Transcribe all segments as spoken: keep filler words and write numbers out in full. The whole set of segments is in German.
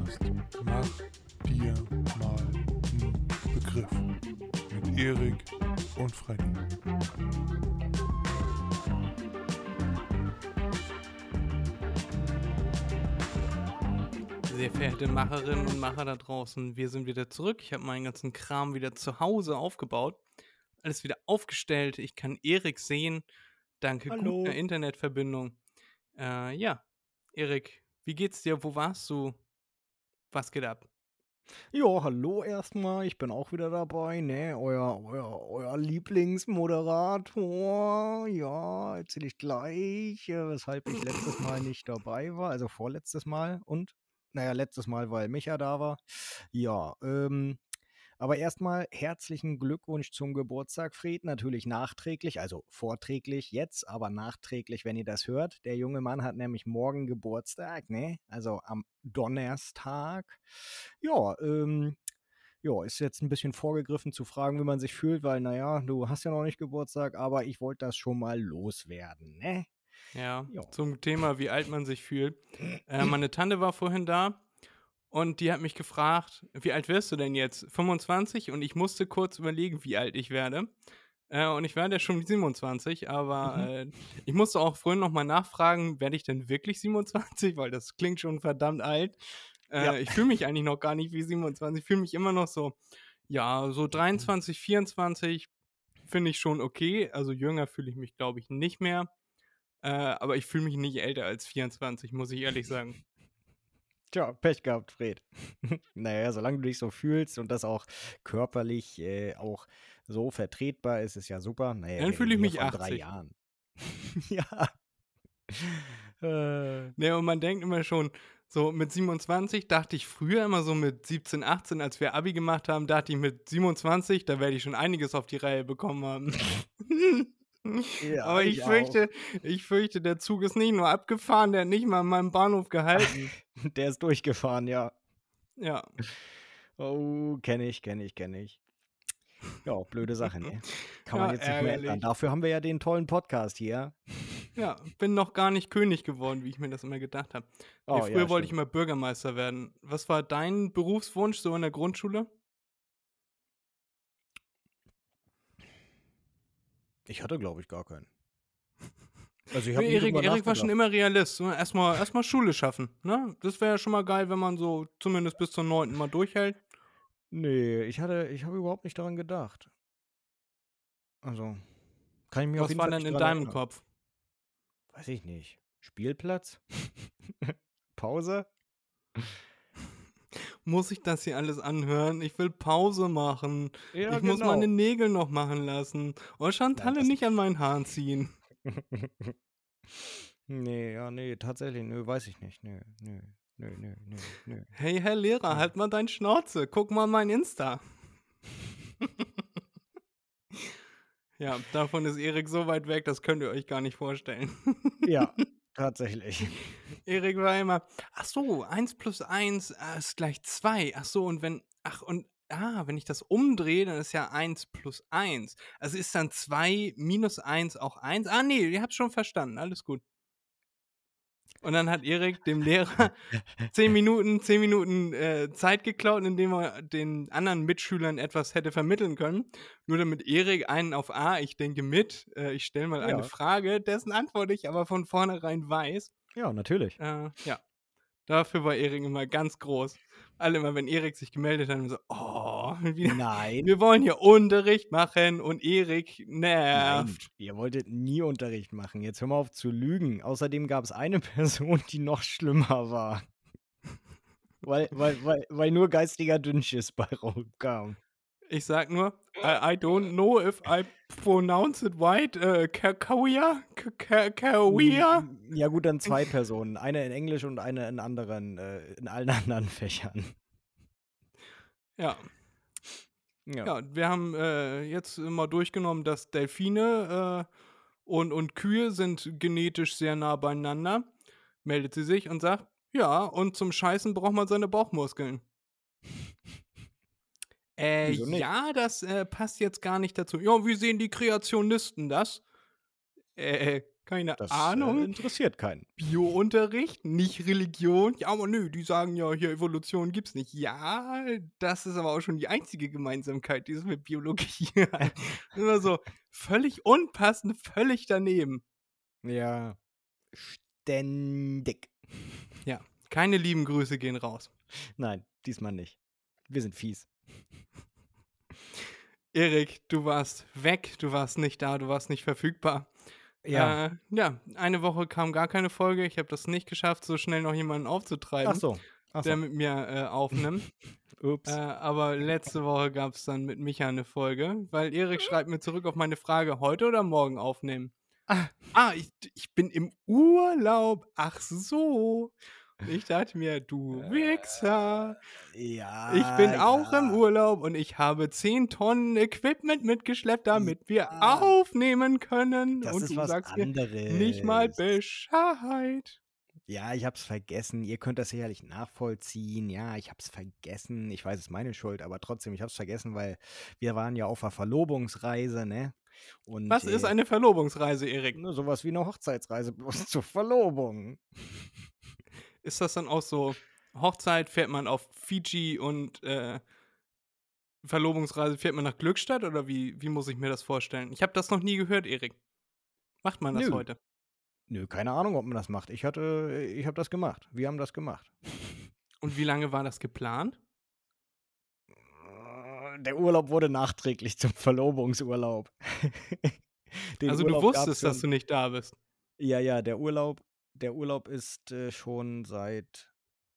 Podcast Mach dir mal einen Begriff mit Erik und Freddy. Sehr verehrte Macherinnen und Macher da draußen, wir sind wieder zurück. Ich habe meinen ganzen Kram wieder zu Hause aufgebaut. Alles wieder aufgestellt. Ich kann Erik sehen. Danke Hallo. guter Internetverbindung. Äh, ja, Erik, wie geht's dir? Wo warst du? Was geht ab? Ja, hallo erstmal. Ich bin auch wieder dabei, ne? Euer, euer, euer Lieblingsmoderator. Ja, erzähle ich gleich, äh, weshalb ich letztes Mal nicht dabei war. Also vorletztes Mal und, naja, letztes Mal, weil Micha da war. Ja, ähm, aber erstmal herzlichen Glückwunsch zum Geburtstag, Fred. Natürlich nachträglich, also vorträglich jetzt, aber nachträglich, wenn ihr das hört. Der junge Mann hat nämlich morgen Geburtstag, ne? Also am Donnerstag. Ja, ähm, ja, ist jetzt ein bisschen vorgegriffen zu fragen, wie man sich fühlt, weil, naja, du hast ja noch nicht Geburtstag, aber ich wollte das schon mal loswerden, ne? Ja, Ja. zum Thema, wie alt man sich fühlt. Äh, meine Tante war vorhin da und die hat mich gefragt, wie alt wirst du denn jetzt? fünfundzwanzig? Und ich musste kurz überlegen, wie alt ich werde. Äh, und ich werde ja schon siebenundzwanzig, aber Mhm. äh, ich musste auch vorhin nochmal nachfragen, werde ich denn wirklich siebenundzwanzig? Weil das klingt schon verdammt alt. Ja. Äh, ich fühle mich eigentlich noch gar nicht wie siebenundzwanzig. Ich fühle mich immer noch so, ja, so dreiundzwanzig, vierundzwanzig finde ich schon okay. Also jünger fühle ich mich, glaube ich, nicht mehr. Äh, aber ich fühle mich nicht älter als vierundzwanzig, muss ich ehrlich sagen. Tja, Pech gehabt, Fred. Naja, solange du dich so fühlst und das auch körperlich äh, auch so vertretbar ist, ist ja super. Naja, Dann wir fühle reden ich hier mich von drei achtzig. Jahren. Ja. Äh, Ne, und man denkt immer schon, so mit siebenundzwanzig dachte ich früher immer so mit siebzehn, achtzehn, als wir Abi gemacht haben, dachte ich mit siebenundzwanzig, da werde ich schon einiges auf die Reihe bekommen haben. ja, Aber ich ich auch. fürchte, ich fürchte, der Zug ist nicht nur abgefahren, der hat nicht mal an meinem Bahnhof gehalten. Der ist durchgefahren, ja. Ja. Oh, kenne ich, kenne ich, kenne ich. Ja, blöde Sache, ne? Kann man Ja, jetzt nicht mehr ändern. ärgerlich. Dafür haben wir ja den tollen Podcast hier. Ja, bin noch gar nicht König geworden, wie ich mir das immer gedacht habe. Ne, Oh, ja, früher wollte ich stimmt. immer Bürgermeister werden. Was war dein Berufswunsch so in der Grundschule? Ich hatte, glaube ich, gar keinen. Also, ich Ne, habe nie Erik drüber Erik war schon nachgedacht. immer Realist, ne? Erst mal erst mal Schule schaffen, ne? Das wäre ja schon mal geil, wenn man so zumindest bis zur neunten mal durchhält. Ne, ich hatte ich habe überhaupt nicht daran gedacht. Also, kann ich mich auf Was jeden war Fall denn nicht in dran deinem erinnern. Kopf? Weiß ich nicht. Spielplatz? Pause? Muss ich das hier alles anhören? Ich will Pause machen. Ja, Ich muss meine genau. Nägel noch machen lassen. Oh, Nein, Chantalle das nicht an nicht. meinen Haaren ziehen. Ne, ja, ne, tatsächlich, nö, weiß ich nicht. Nö, nö, nö, nö, nö, nö, Hey, Herr Lehrer, nö. halt mal dein Schnauze. Guck mal mein Insta. Ja, davon ist Erik so weit weg, das könnt ihr euch gar nicht vorstellen. Ja, tatsächlich. Erik war immer: „Ach so, eins plus eins äh, ist gleich zwei. Ach so, und wenn ach und ah, wenn ich das umdrehe, dann ist ja eins plus eins. Also ist dann zwei minus eins auch eins? Ah ne, ihr habt's schon verstanden, alles gut.“ Und dann hat Erik dem Lehrer zehn Minuten zehn Minuten, äh, Zeit geklaut, indem er den anderen Mitschülern etwas hätte vermitteln können, nur damit Erik einen auf „Ah, ich denke mit, äh, ich stelle mal eine Ja, Frage“, dessen Antwort ich aber von vornherein weiß. ja, natürlich. Äh, ja. Dafür war Erik immer ganz groß. Alle immer, wenn Erik sich gemeldet hat, immer so: „Oh, wieder Nein, wir wollen hier Unterricht machen und Erik nein, nervt.“ ihr wolltet nie Unterricht machen. Jetzt hör mal auf zu lügen. Außerdem gab's eine Person, die noch schlimmer war, weil weil weil weil nur geistiger Dünnschiss bei rauskam. Ich sage nur: „I I don't know if I pronounce it right, äh, Ka Kauja? K Ka Hm, Kauja?“ hm, ja gut, dann zwei Personen. Eine in Englisch und eine in anderen äh, in allen anderen Fächern. Ja. Ja. Ja, wir haben, äh, jetzt mal durchgenommen, dass Delfine, äh, und und Kühe sind genetisch sehr nah beieinander. Meldet sie sich und sagt: „Ja, und zum Scheißen braucht man seine Bauchmuskeln.“ Äh, Wieso nicht? ja, das, äh, passt jetzt gar nicht dazu. Ja, wie sehen die Kreationisten das? Äh, Keine Das äh, Ahnung. interessiert keinen. Biounterricht, nicht Religion. Ja, aber nö, die sagen ja, hier Evolution gibt's nicht. Ja, das ist aber auch schon die einzige Gemeinsamkeit, die es mit Biologie hat. Immer so völlig unpassend, völlig daneben. Ja, ständig. Ja, keine lieben Grüße gehen raus. Nein, diesmal nicht. Wir sind fies. Erik, du warst weg, du warst nicht da, du warst nicht verfügbar. Ja. Äh, ja, eine Woche kam gar keine Folge. Ich habe das nicht geschafft, so schnell noch jemanden aufzutreiben, Ach so. Ach der so. mit mir äh, aufnimmt. Ups. Äh, aber letzte Woche gab es dann mit Micha eine Folge, weil Erik schreibt mir zurück auf meine Frage, heute oder morgen aufnehmen. Ah. Ah, ich, ich bin im Urlaub. Ach so. Und ich dachte mir, du Wichser. Ja. Ich bin auch ja. im Urlaub und ich habe zehn Tonnen Equipment mitgeschleppt, damit wir Ja. aufnehmen können. Das und ist du was sagst anderes. mir nicht mal Bescheid. Ja, ich hab's vergessen. Ihr könnt das sicherlich nachvollziehen. Ja, ich hab's vergessen. Ich weiß, es ist meine Schuld, aber trotzdem, ich hab's vergessen, weil wir waren ja auf einer Verlobungsreise, ne? Und, Was ist eine Verlobungsreise, Erik? Ne, sowas wie eine Hochzeitsreise, bloß zur Verlobung. Ist das dann auch so, Hochzeit fährt man auf Fiji und äh, Verlobungsreise fährt man nach Glückstadt oder wie, wie muss ich mir das vorstellen? Ich habe das noch nie gehört, Erik. Macht man das Nö. heute? Nö, keine Ahnung, ob man das macht. Ich hatte, ich habe das gemacht. Wir haben das gemacht. Und wie lange war das geplant? Der Urlaub wurde nachträglich zum Verlobungsurlaub. Den also Urlaub du gab's wusstest, schon. dass du nicht da bist. Ja, ja, der Urlaub, der Urlaub ist äh, schon seit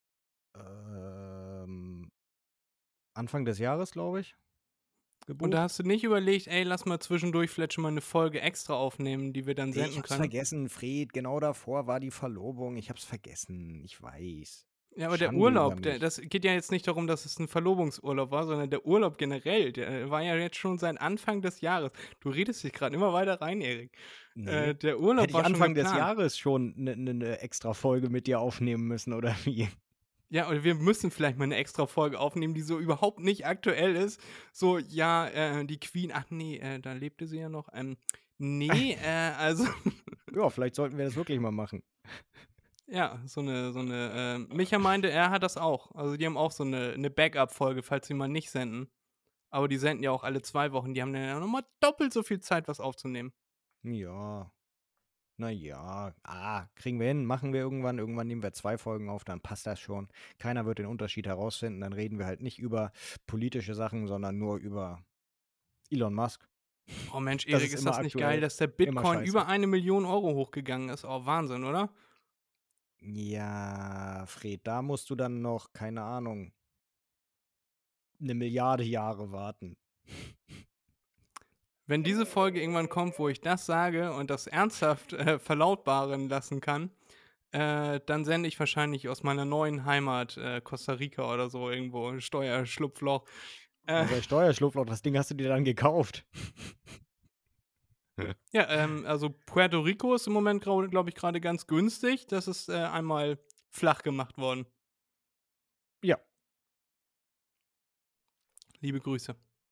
ähm, Anfang des Jahres, glaube ich, gebucht. Und da hast du nicht überlegt, ey, lass mal zwischendurch vielleicht schon mal eine Folge extra aufnehmen, die wir dann ich senden hab's können. vergessen, Fred. Genau davor war die Verlobung. Ich hab's vergessen. Ich weiß. Ja, aber der Schande Urlaub, über der, mich. das geht ja jetzt nicht darum, dass es ein Verlobungsurlaub war, sondern der Urlaub generell, der war ja jetzt schon seit Anfang des Jahres. Du redest dich gerade immer weiter rein, Erik. Nee. Äh, der Urlaub Hätte ich war schon Anfang des geplant. Jahres schon eine ne, ne extra Folge mit dir aufnehmen müssen, oder wie? Ja, oder wir müssen vielleicht mal eine extra Folge aufnehmen, die so überhaupt nicht aktuell ist. So, ja, äh, die Queen, ach nee, äh, da lebte sie ja noch. Ähm, nee, äh, also, Ja, vielleicht sollten wir das wirklich mal machen. ja, so eine, so eine, äh, Micha meinte, er hat das auch. Also die haben auch so eine, eine Backup-Folge, falls sie mal nicht senden. Aber die senden ja auch alle zwei Wochen. Die haben dann ja nochmal doppelt so viel Zeit, was aufzunehmen. Ja. Naja, ah, kriegen wir hin, machen wir irgendwann. Irgendwann nehmen wir zwei Folgen auf, dann passt das schon. Keiner wird den Unterschied herausfinden. Dann reden wir halt nicht über politische Sachen, sondern nur über Elon Musk. Oh Mensch, Das Erik, ist ist immer das nicht aktuell. geil, dass der Immer Bitcoin scheiße. über eine Million Euro hochgegangen ist? Oh, Wahnsinn, oder? Ja, Fred, da musst du dann noch, keine Ahnung, eine Milliarde Jahre warten. Wenn diese Folge irgendwann kommt, wo ich das sage und das ernsthaft äh, verlautbaren lassen kann, äh, dann sende ich wahrscheinlich aus meiner neuen Heimat, äh, Costa Rica oder so, irgendwo ein Steuerschlupfloch. Äh, Unser Steuerschlupfloch, das Ding hast du dir dann gekauft. ja, ähm, also Puerto Rico ist im Moment, glaube ich, gerade ganz günstig. Das ist äh, einmal flach gemacht worden. Ja. Liebe Grüße.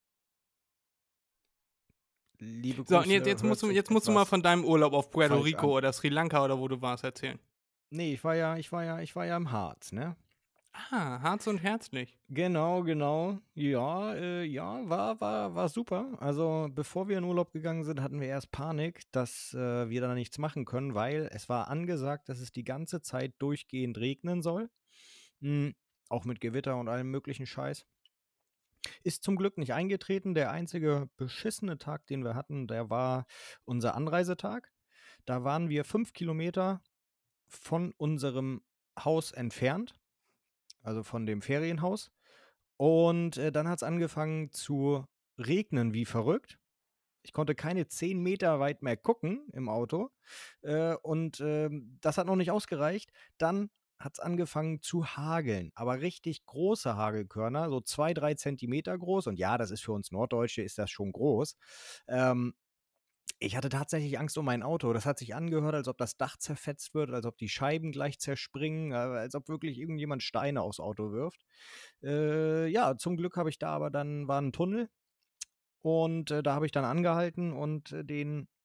Liebe Grüße. So, und jetzt, jetzt, hört musst, du, sich jetzt musst du mal etwas von deinem Urlaub auf Puerto falsch Rico an. oder Sri Lanka oder wo du warst erzählen. Nee, ich war ja, ich war ja, ich war ja im Harz, ne? Ah, Harz und herzlich. Genau, genau. Ja, äh, ja, war, war, war super. Also, bevor wir in Urlaub gegangen sind, hatten wir erst Panik, dass äh, wir da nichts machen können, weil es war angesagt, dass es die ganze Zeit durchgehend regnen soll. Mhm. Auch mit Gewitter und allem möglichen Scheiß. Ist zum Glück nicht eingetreten. Der einzige beschissene Tag, den wir hatten, der war unser Anreisetag. Da waren wir fünf Kilometer von unserem Haus entfernt, also von dem Ferienhaus. Und äh, dann hat es angefangen zu regnen wie verrückt. Ich konnte keine zehn Meter weit mehr gucken im Auto. Äh, und äh, das hat noch nicht ausgereicht. Dann hat es angefangen zu hageln. Aber richtig große Hagelkörner, so zwei, drei Zentimeter groß. Und ja, das ist für uns Norddeutsche, ist das schon groß. Ähm, ich hatte tatsächlich Angst um mein Auto. Das hat sich angehört, als ob das Dach zerfetzt wird, als ob die Scheiben gleich zerspringen, äh, als ob wirklich irgendjemand Steine aufs Auto wirft. Äh, ja, zum Glück habe ich da aber dann, war ein Tunnel und äh, da habe ich dann angehalten und äh, den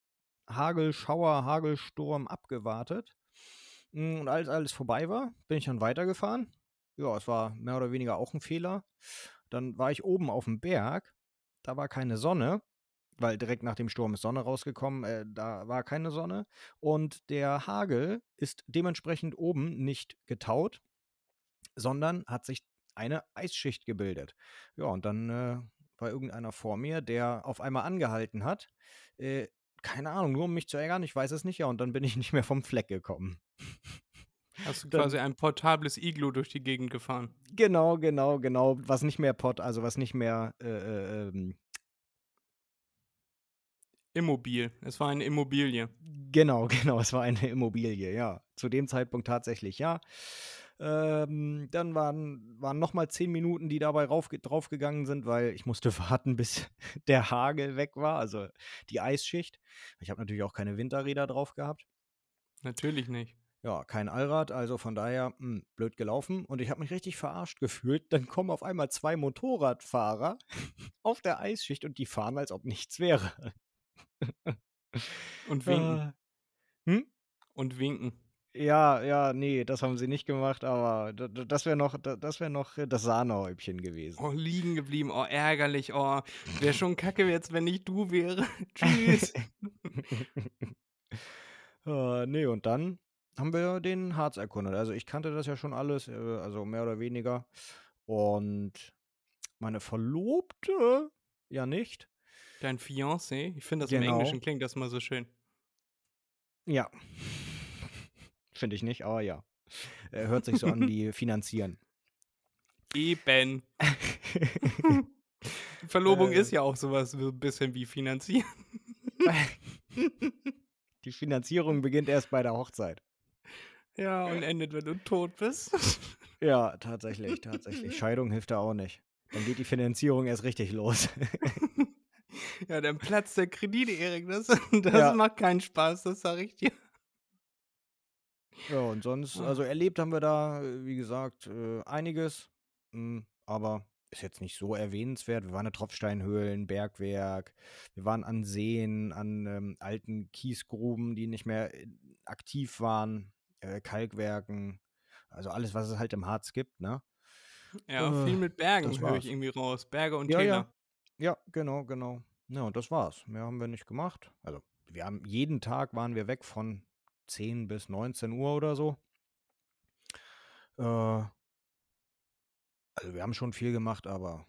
Hagelschauer, Hagelsturm abgewartet. Mm, Und als alles vorbei war, bin ich dann weitergefahren. Ja, es war mehr oder weniger auch ein Fehler. Dann war ich oben auf dem Berg. Da war keine Sonne, weil direkt nach dem Sturm ist Sonne rausgekommen. Äh, da war keine Sonne. Und der Hagel ist dementsprechend oben nicht getaut, sondern hat sich eine Eisschicht gebildet. Ja, und dann äh, war irgendeiner vor mir, der auf einmal angehalten hat. Äh, keine Ahnung, nur um mich zu ärgern, ich weiß es nicht. Ja, und dann bin ich nicht mehr vom Fleck gekommen. Hast du Dann- quasi ein portables Iglu durch die Gegend gefahren? Genau, genau, genau. Was nicht mehr Pott, also was nicht mehr äh, äh, ähm, Immobil. Es war eine Immobilie. Genau, genau, es war eine Immobilie, ja. Zu dem Zeitpunkt tatsächlich, ja. Ähm, dann waren, waren nochmal zehn Minuten, die dabei rauf, draufgegangen sind, weil ich musste warten, bis der Hagel weg war, also die Eisschicht. Ich habe natürlich auch keine Winterräder drauf gehabt. Natürlich nicht. Ja, kein Allrad, also von daher mh, blöd gelaufen. Und ich habe mich richtig verarscht gefühlt. Dann kommen auf einmal zwei Motorradfahrer auf der Eisschicht und die fahren, als ob nichts wäre. Und winken. Äh, hm? Und winken. Ja, ja, nee, das haben sie nicht gemacht, aber d- d- das wäre noch, d- das wäre noch äh, das Sahnehäubchen gewesen. Oh, liegen geblieben. Oh, ärgerlich. Oh, wäre schon kacke jetzt, wenn nicht du wäre. Tschüss. Äh, nee, und dann haben wir den Harz erkundet. Also ich kannte das ja schon alles, äh, also mehr oder weniger. Und meine Verlobte ja nicht. Dein Fiancé? Ich finde das Genau. im Englischen klingt das mal so schön. Ja. Finde ich nicht, aber ja. Er hört sich so an wie finanzieren. Eben. Verlobung Äh. ist ja auch sowas so ein bisschen wie finanzieren. Die Finanzierung beginnt erst bei der Hochzeit. Ja, und endet, wenn du tot bist. Ja, tatsächlich, tatsächlich. Scheidung hilft da auch nicht. Dann geht die Finanzierung erst richtig los. Ja, dann platzt der Kredit, Erik. Das, das Ja. macht keinen Spaß, das sag ich dir. Ja, und sonst, Ah. also erlebt haben wir da, äh, wie gesagt, äh, einiges. Mm, Aber ist jetzt nicht so erwähnenswert. Wir waren in Tropfsteinhöhlen, Bergwerk. Wir waren an Seen, an ähm, alten Kiesgruben, die nicht mehr äh, aktiv waren. Äh, Kalkwerken. Also alles, was es halt im Harz gibt, ne? Ja, Äh, viel mit Bergen das höre war's. ich irgendwie raus. Berge und Ja, Täler. ja. Ja, genau, genau. Ja, und das war's. Mehr haben wir nicht gemacht. Also, wir haben jeden Tag waren wir weg von zehn bis neunzehn Uhr oder so. Äh, also, wir haben schon viel gemacht, aber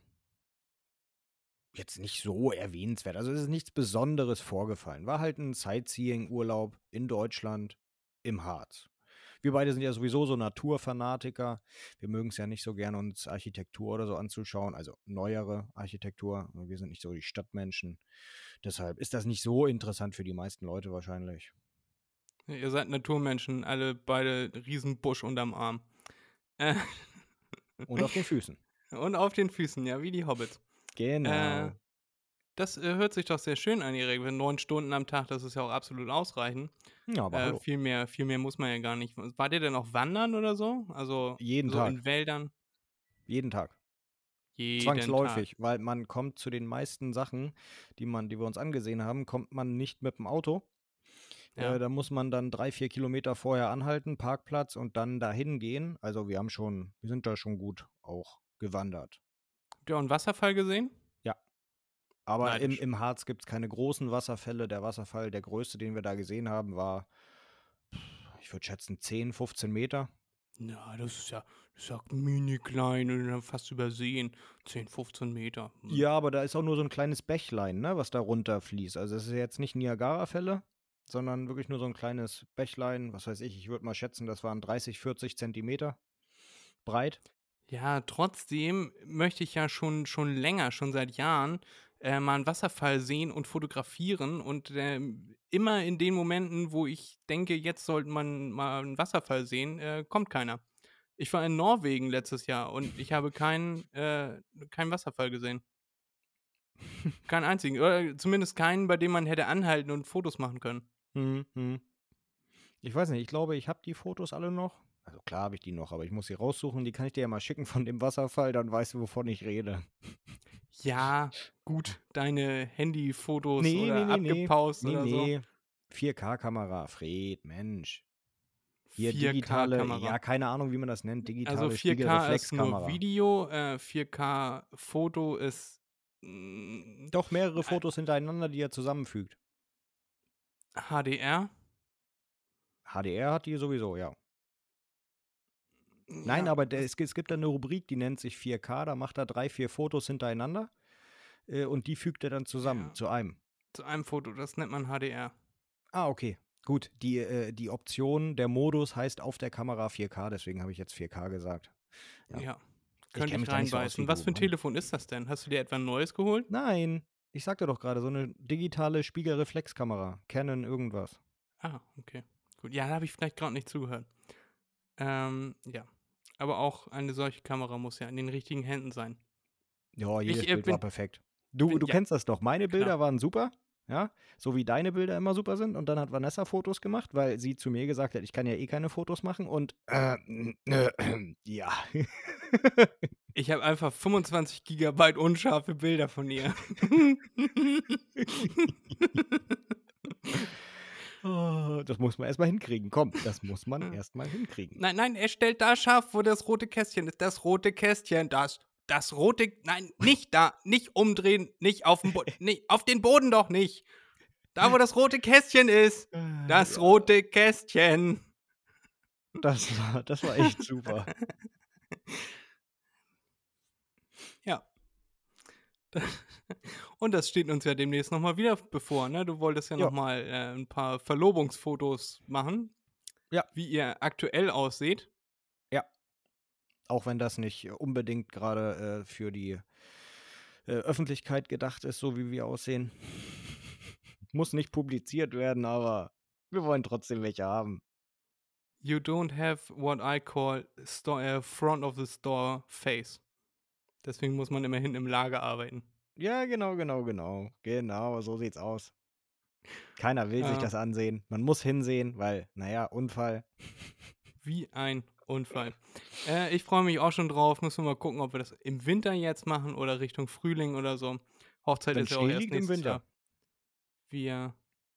jetzt nicht so erwähnenswert. Also, es ist nichts Besonderes vorgefallen. War halt ein Sightseeing-Urlaub in Deutschland im Harz. Wir beide sind ja sowieso so Naturfanatiker. Wir mögen es ja nicht so gerne, uns Architektur oder so anzuschauen, also neuere Architektur. Wir sind nicht so die Stadtmenschen. Deshalb ist das nicht so interessant für die meisten Leute wahrscheinlich. Ihr seid Naturmenschen, alle beide Riesenbusch unterm Arm. Äh, Und auf den Füßen. und auf den Füßen, ja, wie die Hobbits. Genau. Äh, das äh, hört sich doch sehr schön an, Erik. Wenn neun Stunden am Tag, das ist ja auch absolut ausreichend. Ja, aber Äh, hallo. viel mehr, viel mehr muss man ja gar nicht. Wart ihr denn auch wandern oder so? Also Jeden so Tag. in Wäldern? Jeden Tag. Jeden Zwangsläufig, weil man kommt zu den meisten Sachen, die man, die wir uns angesehen haben, kommt man nicht mit dem Auto. Ja. Äh, da muss man dann drei, vier Kilometer vorher anhalten, Parkplatz und dann dahin gehen. Also wir haben schon, wir sind da schon gut auch gewandert. Habt ihr auch einen Wasserfall gesehen? Aber im, Neidisch. im Harz gibt es keine großen Wasserfälle. Der Wasserfall, der größte, den wir da gesehen haben, war, ich würde schätzen, zehn, fünfzehn Meter. Ja, das ist ja, das ist ja mini klein und dann fast übersehen. zehn, fünfzehn Meter. Hm. Ja, aber da ist auch nur so ein kleines Bächlein, ne, was da runterfließt. Also es ist jetzt nicht Niagara-Fälle, sondern wirklich nur so ein kleines Bächlein. Was weiß ich, ich würde mal schätzen, das waren dreißig, vierzig Zentimeter breit. Ja, trotzdem möchte ich ja schon, schon länger, schon seit Jahren, äh, mal einen Wasserfall sehen und fotografieren. Und ähm, immer in den Momenten, wo ich denke, jetzt sollte man mal einen Wasserfall sehen, äh, kommt keiner. Ich war in Norwegen letztes Jahr und ich habe keinen, äh, keinen Wasserfall gesehen. Keinen einzigen. Oder zumindest keinen, bei dem man hätte anhalten und Fotos machen können. Hm, hm. Ich weiß nicht, ich glaube, ich habe die Fotos alle noch. Also klar habe ich die noch, aber ich muss sie raussuchen. Die kann ich dir ja mal schicken von dem Wasserfall, dann weißt du, wovon ich rede. Ja, gut, deine Handyfotos Nee, oder nee, nee, nee. abgepaust Nee, oder nee. vier K-Kamera, Fred, Mensch. Hier vier digitale, K-Kamera. ja, keine Ahnung, wie man das nennt, digitale Also vier K ist nur Spiegelreflexkamera. Video, äh, vier K Foto ist mm, Doch, mehrere äh, Fotos hintereinander, die er zusammenfügt. H D R. H D R hat die sowieso, ja. Nein, Ja, aber der, das- es, es gibt da eine Rubrik, die nennt sich vier K, da macht er drei, vier Fotos hintereinander äh, und die fügt er dann zusammen, Ja. zu einem. zu einem Foto, das nennt man H D R. Ah, okay. Gut, die, äh, die Option, der Modus heißt auf der Kamera vier K, deswegen habe ich jetzt vier K gesagt. Ja. Ja. Könnte kenn ich mich da nicht so aus reinbeißen. wie Was du, für ein Mann. Telefon ist das denn? Hast du dir etwa ein neues geholt? Nein, ich sagte doch gerade, so eine digitale Spiegelreflexkamera. Canon irgendwas. Ah, okay. Gut. Ja, da habe ich vielleicht gerade nicht zugehört. Ähm, ja. Aber auch eine solche Kamera muss ja in den richtigen Händen sein. Ja, jedes Ich, äh, Bild bin- war perfekt. Du, bin- du ja, kennst das doch. Meine Bilder klar. waren super, ja, so wie deine Bilder immer super sind. Und dann hat Vanessa Fotos gemacht, weil sie zu mir gesagt hat, ich kann ja eh keine Fotos machen. Und äh, äh, ja. Ich habe einfach fünfundzwanzig Gigabyte unscharfe Bilder von ihr. Oh, das muss man erstmal hinkriegen. Komm, das muss man erstmal hinkriegen. Nein, nein, er stellt da scharf, wo das rote Kästchen ist. Das rote Kästchen, das, das rote, nein, nicht da, nicht umdrehen, nicht auf den Boden, nicht, auf den Boden doch nicht. Da, wo das rote Kästchen ist, das Ja, rote Kästchen. Das war, das war echt super. Ja. Und das steht uns ja demnächst nochmal wieder bevor, ne? Du wolltest ja, Ja. nochmal äh, ein paar Verlobungsfotos machen. Ja. Wie ihr aktuell aussieht. Auch wenn das nicht unbedingt gerade äh, für die äh, Öffentlichkeit gedacht ist, so wie wir aussehen. Muss nicht publiziert werden, aber wir wollen trotzdem welche haben. You don't have what I call store, äh, front of the store face. Deswegen muss man immer hinten im Lager arbeiten. Ja, genau, genau, genau. Genau, so sieht's aus. Keiner will sich Ja. das ansehen. Man muss hinsehen, weil, naja, Unfall. Wie ein Unfall. Äh, ich freue mich auch schon drauf. Müssen wir mal gucken, ob wir das im Winter jetzt machen oder Richtung Frühling oder so. Hochzeit Wenn ist ja auch Schnee erst liegt im nächstes Winter. Jahr. Wir.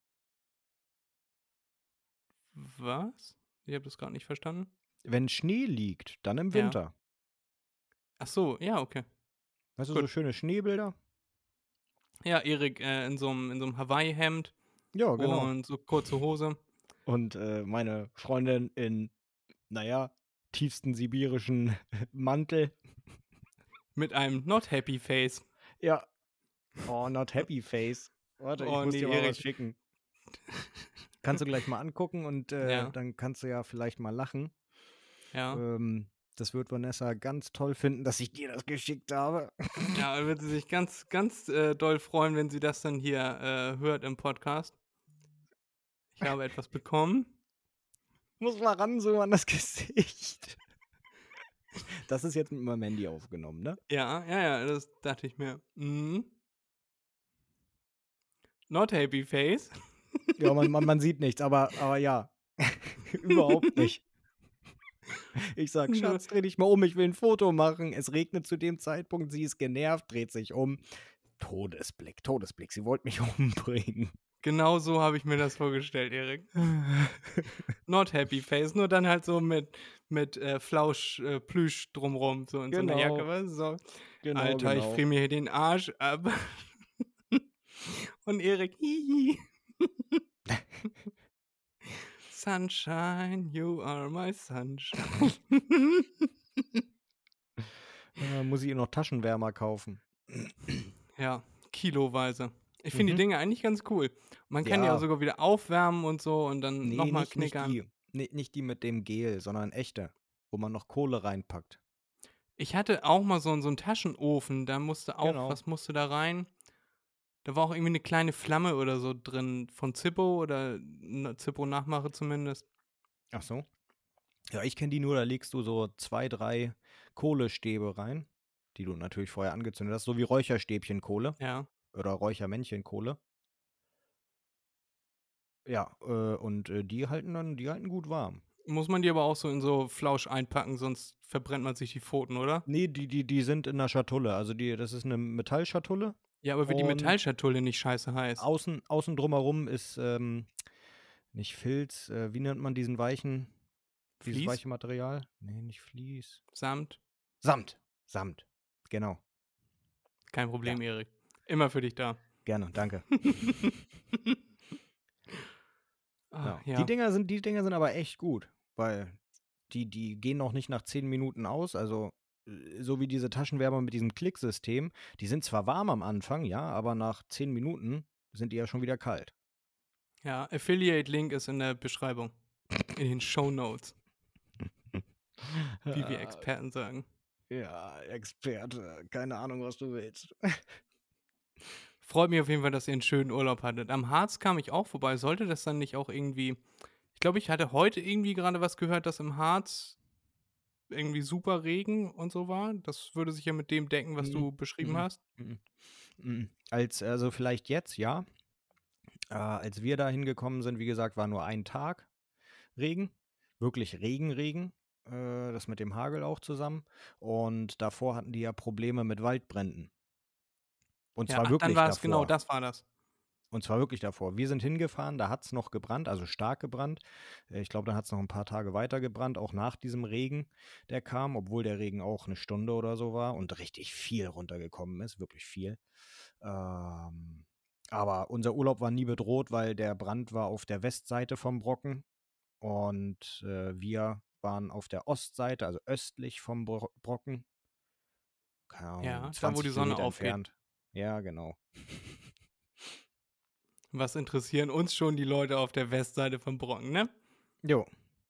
Was? Ich habe das gerade nicht verstanden. Wenn Schnee liegt, dann im Ja. Winter. Ach so, ja, okay. Weißt du, Gut. so schöne Schneebilder? Ja, Erik äh, in so einem in so einem Hawaii-Hemd Ja, genau. und so kurze Hose. Und äh, meine Freundin in, naja, tiefsten sibirischen Mantel. Mit einem Not Happy Face. Ja. Oh, not happy face. Warte, ich Oh, muss nee, dir mal was Erik. schicken. Kannst du gleich mal angucken und äh, Ja. dann kannst du ja vielleicht mal lachen. Ja. Ähm, das wird Vanessa ganz toll finden, dass ich dir das geschickt habe. Ja, da wird sie sich ganz, ganz äh, doll freuen, wenn sie das dann hier äh, hört im Podcast. Ich habe etwas bekommen. Muss mal ranzoomen an das Gesicht. Das ist jetzt mit meinem Handy aufgenommen, ne? Ja, ja, ja, das dachte ich mir. Mhm. Not Happy Face. Ja, man, man, man sieht nichts, aber, aber ja. Überhaupt nicht. Ich sag, Nur- Schatz, dreh dich mal um, ich will ein Foto machen. Es regnet zu dem Zeitpunkt, sie ist genervt, dreht sich um. Todesblick, Todesblick, sie wollte mich umbringen. Genau so habe ich mir das vorgestellt, Erik. Not Happy Face, nur dann halt so mit, mit äh, Flausch, äh, Plüsch drumrum, so in so einer Genau. Jacke, was? So. Genau, Alter, genau. ich friere mir hier den Arsch ab. Und Erik, hihi. Sunshine, you are my sunshine. Äh, muss ich ihr noch Taschenwärmer kaufen. Ja, kiloweise. Ich finde Mhm. die Dinge eigentlich ganz cool. Man kann die Ja. auch sogar wieder aufwärmen und so und dann Nee, nochmal nicht, nicht, knickern. die, nee, nicht die mit dem Gel, sondern echte, wo man noch Kohle reinpackt. Ich hatte auch mal so, so einen Taschenofen, da musste auch, Genau. was musste da rein? Da war auch irgendwie eine kleine Flamme oder so drin von Zippo oder eine Zippo-Nachmache zumindest. Ach so. Ja, ich kenne die nur, da legst du so zwei, drei Kohlestäbe rein, die du natürlich vorher angezündet hast, so wie Räucherstäbchenkohle Ja. oder Räuchermännchenkohle. Ja, äh, und äh, die halten dann, die halten gut warm. Muss man die aber auch so in so Flausch einpacken, sonst verbrennt man sich die Pfoten, oder? Nee, die, die, die sind in einer Schatulle. Also die, das ist eine Metallschatulle. Ja, aber wird die Und- Metallschatulle nicht scheiße heiß? Außen, außen drumherum ist ähm, nicht Filz, äh, wie nennt man diesen weichen, dieses Vlies? weiche Material? Nee, nicht Vlies. Samt? Samt. Samt. Genau. Kein Problem, Erik. Immer für dich da. Gerne, danke. Ah, Ja. ja. Die Dinger sind, die Dinger sind aber echt gut, weil die, die gehen noch nicht nach zehn Minuten aus. Also äh, so wie diese Taschenwärmer mit diesem Klicksystem, die sind zwar warm am Anfang, ja, aber nach zehn Minuten sind die ja schon wieder kalt. Ja, Affiliate-Link ist in der Beschreibung. In den Shownotes, wie wir Experten sagen. Ja, Experte, keine Ahnung, was du willst. Freut mich auf jeden Fall, dass ihr einen schönen Urlaub hattet. Am Harz kam ich auch vorbei. Sollte das dann nicht auch irgendwie. Ich glaube, ich hatte heute irgendwie gerade was gehört, dass im Harz irgendwie super Regen und so war. Das würde sich ja mit dem decken, was Mhm. du beschrieben Mhm. hast. Mhm. Mhm. Als, also vielleicht jetzt, ja. Äh, als wir da hingekommen sind, wie gesagt, war nur ein Tag Regen. Wirklich Regen, Regen. Äh, das mit dem Hagel auch zusammen. Und davor hatten die ja Probleme mit Waldbränden. Und Ja, zwar ach, wirklich dann war es davor. genau, das war das. Und zwar wirklich davor. Wir sind hingefahren, da hat es noch gebrannt, also stark gebrannt. Äh, Ich glaube, da hat es noch ein paar Tage weiter gebrannt, auch nach diesem Regen, der kam, obwohl der Regen auch eine Stunde oder so war und richtig viel runtergekommen ist, wirklich viel. Ähm, aber unser Urlaub war nie bedroht, weil der Brand war auf der Westseite vom Brocken und äh, wir waren auf der Ostseite, also östlich vom Bro Brocken. Keine Ahnung, Ja, da wo zwanzig die Sonne Kilometer aufgeht. entfernt. Ja, genau. Was interessieren uns schon die Leute auf der Westseite vom Brocken, ne? Jo.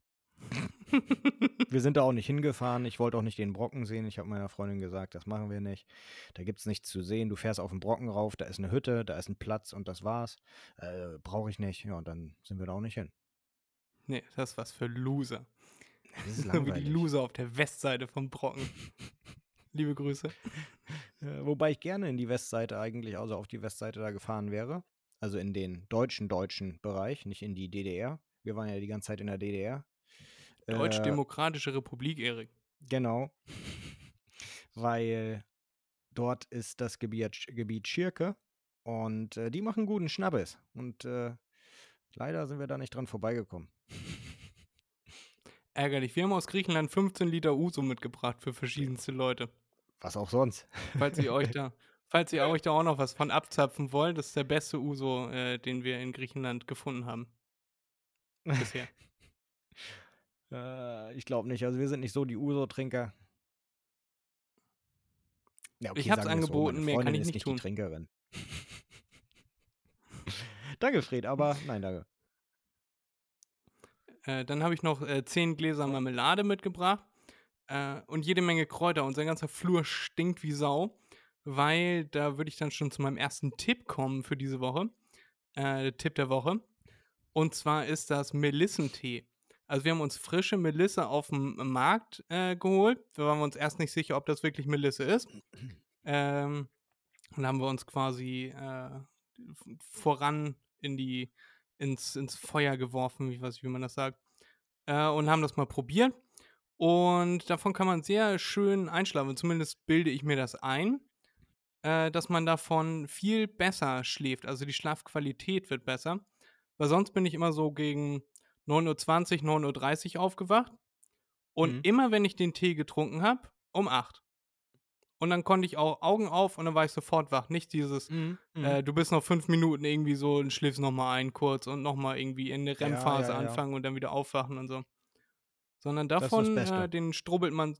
Wir sind da auch nicht hingefahren. Ich wollte auch nicht den Brocken sehen. Ich habe meiner Freundin gesagt, das machen wir nicht. Da gibt es nichts zu sehen. Du fährst auf den Brocken rauf, da ist eine Hütte, da ist ein Platz und das war's. Äh, Brauche ich nicht. Ja, und dann sind wir da auch nicht hin. Nee, das ist was für Loser. Das ist So wie die langweilig. Loser auf der Westseite vom Brocken. Liebe Grüße. Äh, wobei ich gerne in die Westseite eigentlich, also auf die Westseite da gefahren wäre. Also in den deutschen, deutschen Bereich, nicht in die D D R. Wir waren ja die ganze Zeit in der D D R. Äh, Deutsch-Demokratische Republik, Erik. Genau. Weil dort ist das Gebiet, Gebiet Schirke und äh, die machen guten Schnappes. Und äh, leider sind wir da nicht dran vorbeigekommen. Ärgerlich. Wir haben aus Griechenland fünfzehn Liter Uso mitgebracht für verschiedenste Leute. Was auch sonst. Falls ihr euch da, falls ihr euch da auch noch was von abzapfen wollt, das ist der beste Uso, äh, den wir in Griechenland gefunden haben. Bisher. äh, ich glaube nicht. Also wir sind nicht so die Uso-Trinker. Ja, Ich hab's sagen wir es so, angeboten, meine mehr kann Freundin ich ist nicht nicht tun. die Trinkerin. Danke, Fred, aber nein, danke. Äh, dann habe ich noch äh, zehn Gläser Marmelade mitgebracht äh, und jede Menge Kräuter. Unser ganzer Flur stinkt wie Sau, weil da würde ich dann schon zu meinem ersten Tipp kommen für diese Woche. Äh, Tipp der Woche. Und zwar ist das Melissentee. Also wir haben uns frische Melisse auf dem Markt äh, geholt. Da waren wir uns erst nicht sicher, ob das wirklich Melisse ist. Ähm, und dann haben wir uns quasi äh, voran in die, ins, ins Feuer geworfen, ich weiß nicht, wie man das sagt, äh, und haben das mal probiert. Und davon kann man sehr schön einschlafen. Zumindest bilde ich mir das ein, äh, dass man davon viel besser schläft. Also die Schlafqualität wird besser. Weil sonst bin ich immer so gegen neun Uhr zwanzig, neun Uhr dreißig aufgewacht. Und Mhm. immer, wenn ich den Tee getrunken habe, um acht. Und dann konnte ich auch Augen auf und dann war ich sofort wach. Nicht dieses, Mhm. äh, du bist noch fünf Minuten irgendwie so und schläfst nochmal ein kurz und nochmal irgendwie in eine R E M-Phase ja, ja. anfangen und dann wieder aufwachen und so. Sondern Das ist das davon, Beste. äh, den strubbelt man.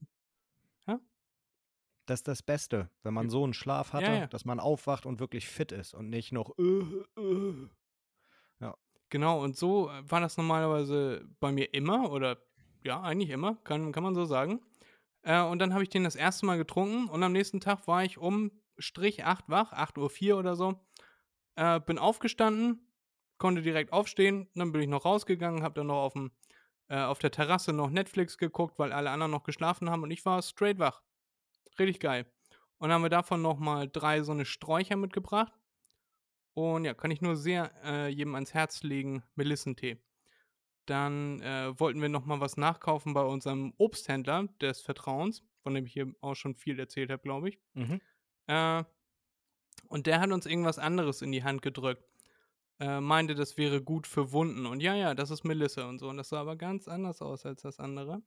Das ist das Beste, wenn man so einen Schlaf hatte, Ja, ja. dass man aufwacht und wirklich fit ist und nicht noch äh, äh. Genau, und so äh, war das normalerweise bei mir immer oder ja, eigentlich immer, kann, kann man so sagen. Äh, und dann habe ich den das erste Mal getrunken und am nächsten Tag war ich um Strich acht wach, acht Uhr vier oder so. Äh, bin aufgestanden, konnte direkt aufstehen, dann bin ich noch rausgegangen, habe dann noch auf, dem, äh, auf der Terrasse noch Netflix geguckt, weil alle anderen noch geschlafen haben und ich war straight wach. Richtig geil. Und dann haben wir davon nochmal drei so eine Sträucher mitgebracht. Und ja, kann ich nur sehr äh, jedem ans Herz legen, Melissentee. Dann äh, wollten wir nochmal was nachkaufen bei unserem Obsthändler des Vertrauens, von dem ich hier auch schon viel erzählt habe, glaube ich. Mhm. Äh, und der hat uns irgendwas anderes in die Hand gedrückt. äh, meinte, das wäre gut für Wunden. Und ja, ja, das ist Melisse und so. Und das sah aber ganz anders aus als das andere.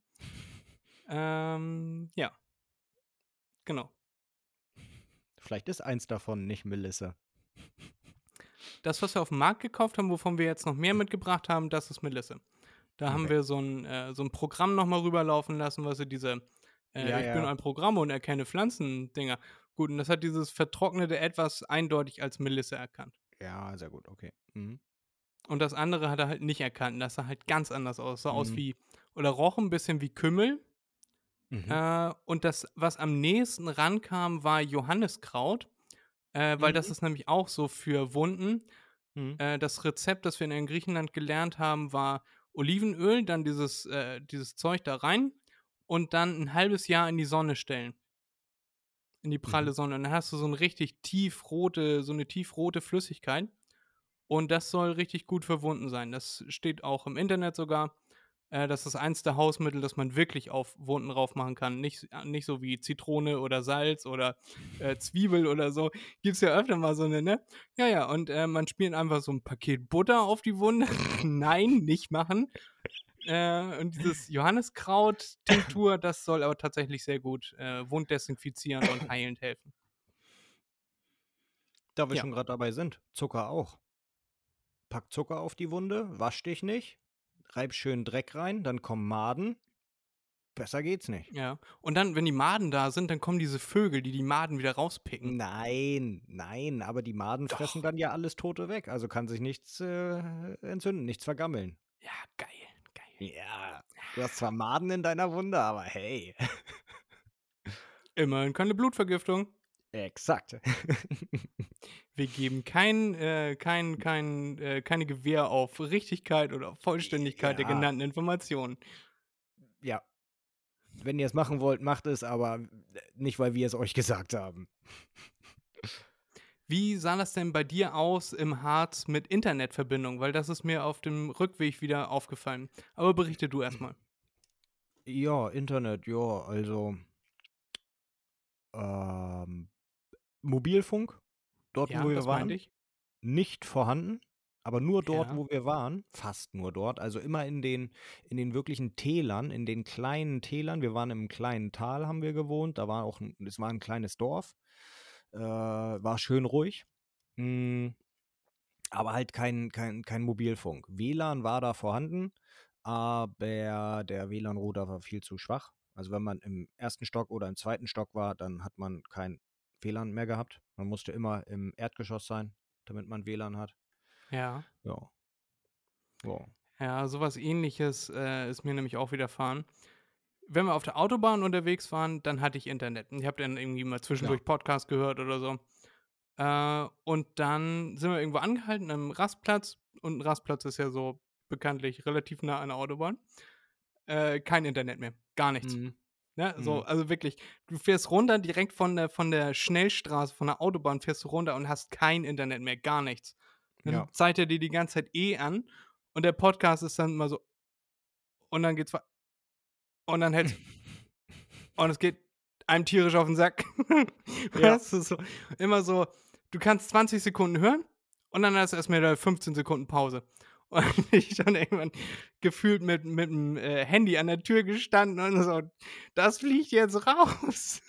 Ähm, ja. Genau. Vielleicht ist eins davon nicht Melisse. Das, was wir auf dem Markt gekauft haben, wovon wir jetzt noch mehr mitgebracht haben, das ist Melisse. Da haben Okay. wir so ein, äh, so ein Programm nochmal rüberlaufen lassen, was sie diese äh, Ja, Ich bin ja. ein Programm und erkenne Pflanzen-Dinger. Gut, und das hat dieses vertrocknete etwas eindeutig als Melisse erkannt. Ja, sehr gut, okay. Mhm. Und das andere hat er halt nicht erkannt. Das sah halt ganz anders aus. Sah aus Mhm. wie, oder roch ein bisschen wie Kümmel. Mhm. Äh, und das, was am nächsten rankam, war Johanniskraut. Äh, weil Mhm. das ist nämlich auch so für Wunden. Mhm. Äh, das Rezept, das wir in Griechenland gelernt haben, war Olivenöl, dann dieses, äh, dieses Zeug da rein und dann ein halbes Jahr in die Sonne stellen. In die pralle Mhm. Sonne. Und dann hast du so eine richtig tiefrote, so eine tiefrote Flüssigkeit. Und das soll richtig gut für Wunden sein. Das steht auch im Internet sogar. Äh, das ist eins der Hausmittel, das man wirklich auf Wunden drauf machen kann. Nicht, äh, nicht so wie Zitrone oder Salz oder äh, Zwiebel oder so. Gibt's ja öfter mal so eine, ne? Ja, ja, und äh, man spielt einfach so ein Paket Butter auf die Wunde. Nein, nicht machen. Äh, und dieses Johanniskraut-Tinktur, das soll aber tatsächlich sehr gut äh, wunddesinfizierend und heilend helfen. Da wir Ja. schon gerade dabei sind, Zucker auch. Pack Zucker auf die Wunde, wasch dich nicht, reib schön Dreck rein, dann kommen Maden. Besser geht's nicht. Ja. Und dann, wenn die Maden da sind, dann kommen diese Vögel, die die Maden wieder rauspicken. Nein, nein, aber die Maden fressen Doch. dann ja alles Tote weg. Also kann sich nichts äh, entzünden, nichts vergammeln. Ja, geil, geil. Ja, du hast zwar Maden in deiner Wunde, aber hey. Immerhin keine Blutvergiftung. Exakt. Wir geben kein, äh, kein, kein, äh, keine Gewähr auf Richtigkeit oder auf Vollständigkeit der Ja. genannten Informationen. Ja. Wenn ihr es machen wollt, macht es, aber nicht, weil wir es euch gesagt haben. Wie sah das denn bei dir aus im Harz mit Internetverbindung? Weil das ist mir auf dem Rückweg wieder aufgefallen. Aber berichte du erstmal. Ja, Internet, ja, also ähm, Mobilfunk, dort, Ja, wo wir das waren, meinte ich. nicht vorhanden, aber nur dort, Ja. wo wir waren, fast nur dort, also immer in den, in den wirklichen Tälern, in den kleinen Tälern. Wir waren im kleinen Tal, haben wir gewohnt, da war auch, ein, es war ein kleines Dorf, äh, war schön ruhig, mm, aber halt kein, kein, kein Mobilfunk. W L A N war da vorhanden, aber der W L A N-Router war viel zu schwach. Also wenn man im ersten Stock oder im zweiten Stock war, dann hat man kein W L A N mehr gehabt. Man musste immer im Erdgeschoss sein, damit man W L A N hat. Ja. Ja. Ja. Ja, sowas ähnliches äh, ist mir nämlich auch widerfahren. Wenn wir auf der Autobahn unterwegs waren, dann hatte ich Internet. Und ich habe dann irgendwie mal zwischendurch Podcast gehört oder so. Äh, und dann sind wir irgendwo angehalten am Rastplatz. Und ein Rastplatz ist ja so bekanntlich relativ nah an der Autobahn. Äh, kein Internet mehr. Gar nichts. Mhm. Ne? So, Mhm. also wirklich, du fährst runter direkt von der, von der Schnellstraße, von der Autobahn fährst du runter und hast kein Internet mehr, gar nichts. Dann Ja. zeigt er dir die ganze Zeit eh an und der Podcast ist dann immer so und dann geht's weiter und dann hält's und es geht einem tierisch auf den Sack. Ja. Weißt du, so immer so, du kannst zwanzig Sekunden hören und dann hast du erst mal fünfzehn Sekunden Pause. Und ich dann irgendwann gefühlt mit, mit dem äh, Handy an der Tür gestanden und so, das fliegt jetzt raus.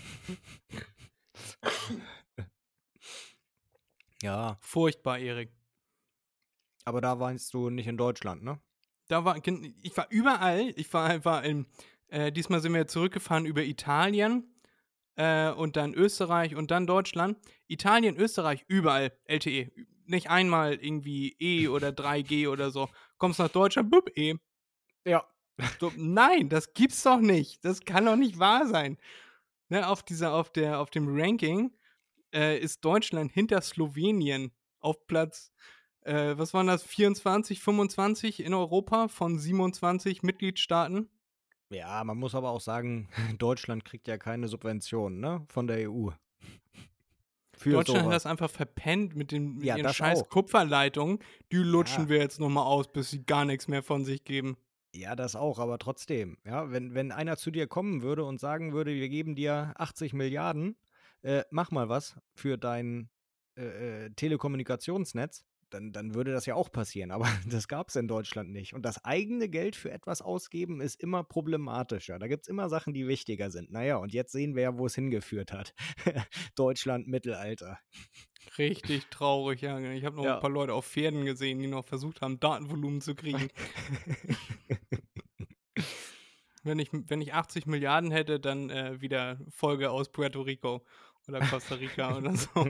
Ja, Furchtbar, Erik. aber da warst du nicht in Deutschland, ne? Da war, gen- ich war überall. Ich war, war in, äh, diesmal sind wir zurückgefahren über Italien äh, und dann Österreich und dann Deutschland. Italien, Österreich, überall L T E. Nicht einmal irgendwie E oder drei G oder so. Kommst nach Deutschland, bup, E. Ja. So, nein, das gibt's doch nicht. Das kann doch nicht wahr sein. Ne, auf, dieser, auf, der, auf dem Ranking äh, ist Deutschland hinter Slowenien auf Platz, äh, was waren das, vierundzwanzig, fünfundzwanzig in Europa von siebenundzwanzig Mitgliedstaaten. Ja, man muss aber auch sagen, Deutschland kriegt ja keine Subventionen, ne? Von der E U. Für Deutschland hat sowas. das einfach verpennt mit, den, mit Ja, ihren das scheiß auch. Kupferleitungen. Die lutschen Ja. wir jetzt nochmal aus, bis sie gar nichts mehr von sich geben. Ja, das auch, aber trotzdem, ja, wenn, wenn einer zu dir kommen würde und sagen würde, wir geben dir achtzig Milliarden, äh, mach mal was für dein äh, äh, Telekommunikationsnetz, dann, dann würde das ja auch passieren. Aber das gab es in Deutschland nicht. Und das eigene Geld für etwas ausgeben ist immer problematischer. Da gibt es immer Sachen, die wichtiger sind. Naja, und jetzt sehen wir ja, wo es hingeführt hat. Deutschland, Mittelalter. Richtig traurig, ja. Ich habe noch ein Ja. paar Leute auf Pferden gesehen, die noch versucht haben, Datenvolumen zu kriegen. Wenn ich, wenn ich achtzig Milliarden hätte, dann äh, wieder Folge aus Puerto Rico oder Costa Rica oder so.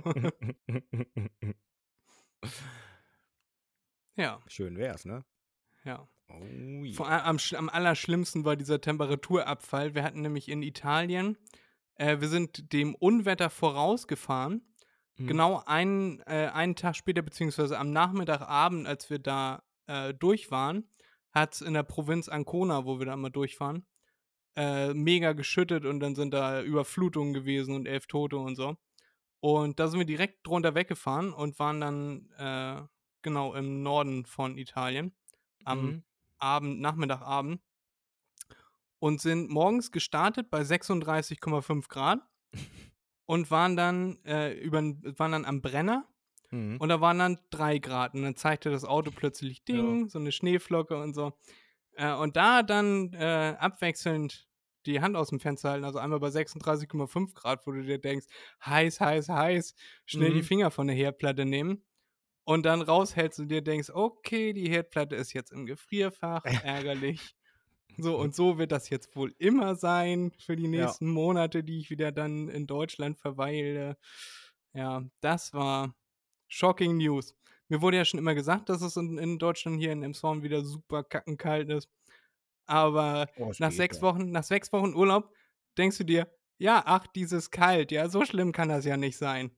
Ja, Schön wär's, ne? ja. Oh Vor yeah. allem am, sch- am allerschlimmsten war dieser Temperaturabfall. Wir hatten nämlich in Italien, äh, wir sind dem Unwetter vorausgefahren. Mhm. Genau einen, äh, einen Tag später, beziehungsweise am Nachmittagabend, als wir da äh, durch waren, hat es in der Provinz Ancona, wo wir da immer durchfahren, äh, mega geschüttet und dann sind da Überflutungen gewesen und elf Tote und so. Und da sind wir direkt drunter weggefahren und waren dann äh, genau im Norden von Italien am Mhm. Abend, Nachmittagabend und sind morgens gestartet bei sechsunddreißig Komma fünf Grad und waren dann, äh, über, waren dann am Brenner Mhm. und da waren dann drei Grad und dann zeigte das Auto plötzlich Ja. Ding, so eine Schneeflocke und so. Äh, und da dann äh, abwechselnd die Hand aus dem Fenster halten, also einmal bei sechsunddreißig Komma fünf Grad, wo du dir denkst, heiß, heiß, heiß, schnell die Mhm. Finger von der Herdplatte nehmen und dann raushältst und dir denkst, okay, die Herdplatte ist jetzt im Gefrierfach, ärgerlich. So und so wird das jetzt wohl immer sein für die Ja. nächsten Monate, die ich wieder dann in Deutschland verweile. Ja, das war shocking News. Mir wurde ja schon immer gesagt, dass es in, in Deutschland hier in Emshorn wieder super kackenkalt ist. Aber Oh, nach es geht sechs doch. Wochen, nach sechs Wochen Urlaub denkst du dir, ja, ach, dieses kalt, ja, so schlimm kann das ja nicht sein.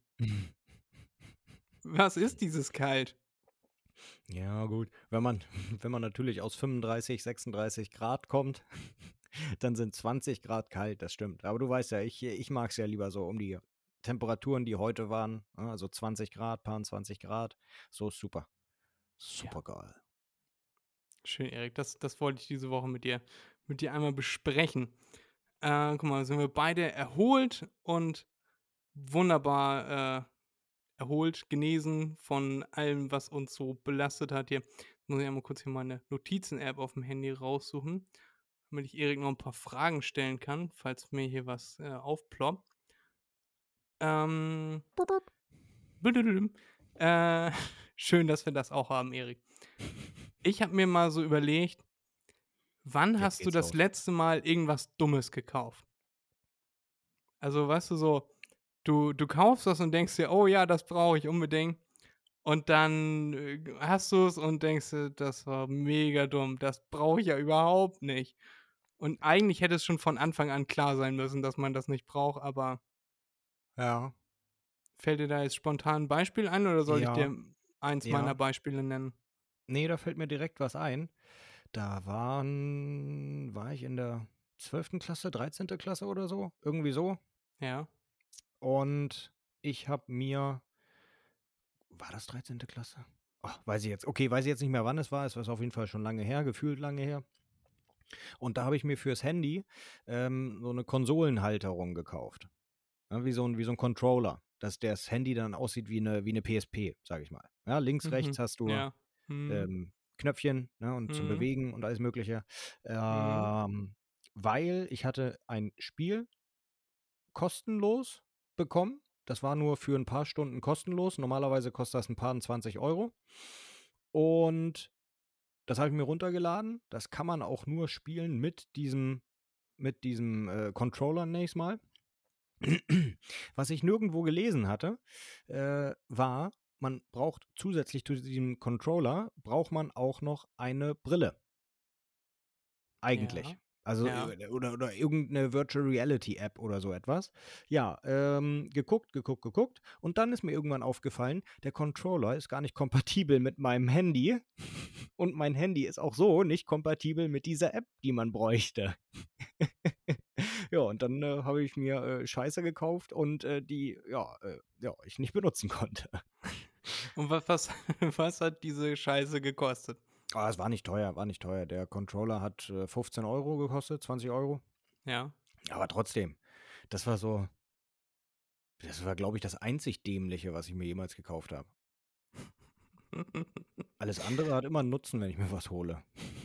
Was ist dieses kalt? Ja, gut. Wenn man, wenn man natürlich aus fünfunddreißig, sechsunddreißig Grad kommt, dann sind zwanzig Grad kalt, das stimmt. Aber du weißt ja, ich, ich mag es ja lieber so um die Temperaturen, die heute waren. ne, Also zwanzig Grad, paar zwanzig Grad. So ist super. Super geil. Schön, Erik, das, das wollte ich diese Woche mit dir, mit dir einmal besprechen. Äh, guck mal, sind wir beide erholt und wunderbar äh, erholt, genesen von allem, was uns so belastet hat. Hier muss ich einmal kurz hier meine Notizen-App auf dem Handy raussuchen, damit ich Erik noch ein paar Fragen stellen kann, falls mir hier was äh, aufploppt. Ähm, blüdüdüm. äh, schön, dass wir das auch haben, Erik. Ich habe mir mal so überlegt, wann Jetzt hast du geht's das los. letzte Mal irgendwas Dummes gekauft? Also, weißt du, so, du, du kaufst das und denkst dir, oh ja, das brauche ich unbedingt. Und dann äh, hast du es und denkst dir, das war mega dumm, das brauche ich ja überhaupt nicht. Und eigentlich hätte es schon von Anfang an klar sein müssen, dass man das nicht braucht, aber Ja. fällt dir da jetzt spontan ein Beispiel ein oder soll ich Ja. dir eins meiner Ja. Beispiele nennen? Nee, da fällt mir direkt was ein. Da waren, war ich in der zwölften Klasse, dreizehnten Klasse oder so. Irgendwie so. Ja. Und ich habe mir, war das dreizehnte Klasse? Ach, weiß ich jetzt. Okay, weiß ich jetzt nicht mehr, wann es war. Es war auf jeden Fall schon lange her, gefühlt lange her. Und da habe ich mir fürs Handy ähm, so eine Konsolenhalterung gekauft. Ja, wie, so ein, wie so ein Controller, dass das Handy dann aussieht wie eine, wie eine P S P, sage ich mal. Ja, links, Mhm. rechts hast du Ja. Mhm. ähm, Knöpfchen, ne, und zum Mhm. Bewegen und alles Mögliche. Mhm. Ähm, weil ich hatte ein Spiel kostenlos bekommen. Das war nur für ein paar Stunden kostenlos. Normalerweise kostet das ein paar zwanzig Euro. Und das habe ich mir runtergeladen. Das kann man auch nur spielen mit diesem, mit diesem äh, Controller nächstes Mal. Was ich nirgendwo gelesen hatte, äh, war, man braucht zusätzlich zu diesem Controller, braucht man auch noch eine Brille. Eigentlich. Ja. Also, Ja. äh, oder, oder irgendeine Virtual Reality App oder so etwas. Ja, ähm, geguckt, geguckt, geguckt. Und dann ist mir irgendwann aufgefallen, der Controller ist gar nicht kompatibel mit meinem Handy. Und mein Handy ist auch so nicht kompatibel mit dieser App, die man bräuchte. Ja, und dann äh, habe ich mir äh, Scheiße gekauft und äh, die, ja, äh, ja, ich nicht benutzen konnte. Und was, was, was hat diese Scheiße gekostet? Aber es war nicht teuer, war nicht teuer. Der Controller hat äh, fünfzehn Euro gekostet, zwanzig Euro. Ja. Aber trotzdem, das war so, das war, glaube ich, das einzig Dämliche, was ich mir jemals gekauft habe. Alles andere hat immer einen Nutzen, wenn ich mir was hole.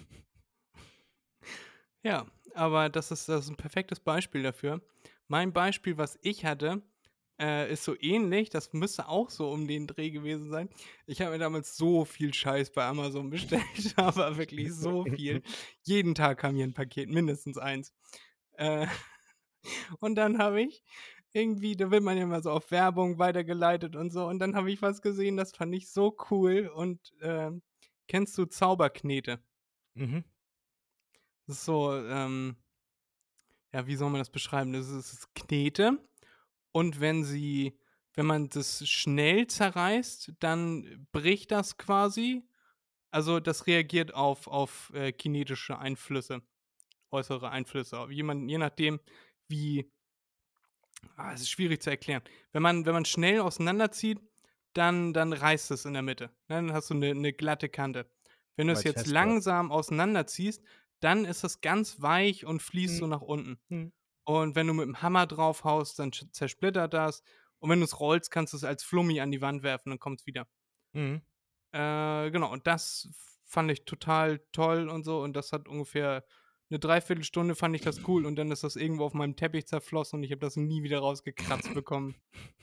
Ja, aber das ist das ist 'n perfektes Beispiel dafür. Mein Beispiel, was ich hatte, äh, ist so ähnlich. Das müsste auch so um den Dreh gewesen sein. Ich habe mir damals so viel Scheiß bei Amazon bestellt, aber wirklich so viel. Jeden Tag kam hier 'n Paket, mindestens eins. Äh, und dann habe ich irgendwie da wird man ja immer so auf Werbung weitergeleitet und so und dann habe ich was gesehen, das fand ich so cool und, ähm, kennst du Zauberknete? Mhm. Das ist so, ähm ja, wie soll man das beschreiben? Das ist ist Knete und wenn sie wenn man das schnell zerreißt, dann bricht das quasi. Also, das reagiert auf auf, äh, kinetische Einflüsse, äußere Einflüsse. Jemand je nachdem, wie ah, es ist schwierig zu erklären. Wenn man wenn man schnell auseinanderzieht, dann dann reißt es in der Mitte, ne? Dann hast du 'ne 'ne glatte Kante. Wenn du es Weil's jetzt fest wird. langsam auseinanderziehst, dann ist das ganz weich und fließt Mhm. so nach unten. Mhm. Und wenn du mit dem Hammer drauf haust, dann sch zersplittert das. Und wenn du's rollst, kannst du's als Flummi an die Wand werfen, dann kommt's wieder. Mhm. Äh, genau, und das fand ich total toll und so und das hat ungefähr 'ne Dreiviertelstunde fand ich das cool und dann ist das irgendwo auf meinem Teppich zerflossen und ich habe das nie wieder rausgekratzt bekommen.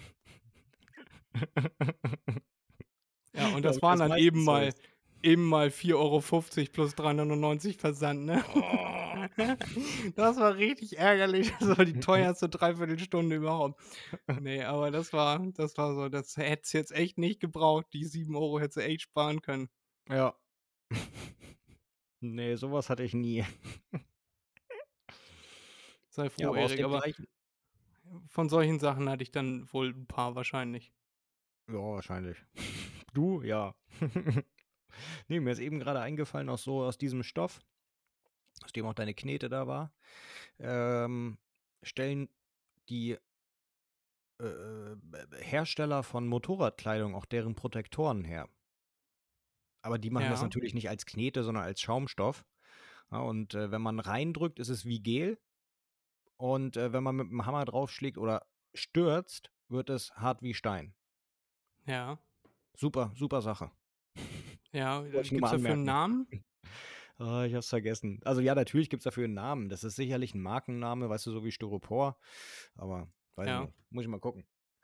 Ja, und Ja, das wie waren das dann eben meistens so mal ist. eben mal vier Euro fünfzig plus drei neunundneunzig Versand, ne? Oh. Das war richtig ärgerlich. Das war die teuerste Dreiviertelstunde überhaupt. Ne, aber das war das war so das hättest jetzt echt nicht gebraucht. Die sieben Euro hättest du echt sparen können. Ja. Ne, so was hatte ich nie. Sei Ja, froh, aber aus Erik, dem aber gleichen von solchen Sachen hatte ich dann wohl 'n paar wahrscheinlich. Ja, wahrscheinlich. Du? Ja. Ne, mir ist eben grade eingefallen, auch so aus diesem Stoff, aus dem auch deine Knete da war, ähm, stellen die äh, b b Hersteller von Motorradkleidung auch deren Protektoren her. Aber die machen das Ja. natürlich nicht als Knete, sondern als Schaumstoff. Ja, und, äh, wenn man reindrückt, ist es wie Gel. Und, äh, wenn man mit'm Hammer draufschlägt oder stürzt, wird es hart wie Stein. Ja. Super, super Sache. Ja, Wollte äh, ich nur gibt's mal dafür 'n anmerken. Namen? Ah, ich habe es vergessen. Also, ja, natürlich gibt's dafür 'n Namen. Das ist sicherlich 'n Markenname, weißt du, so wie Styropor, aber weiß ich Ja. nicht. Muss ich mal gucken.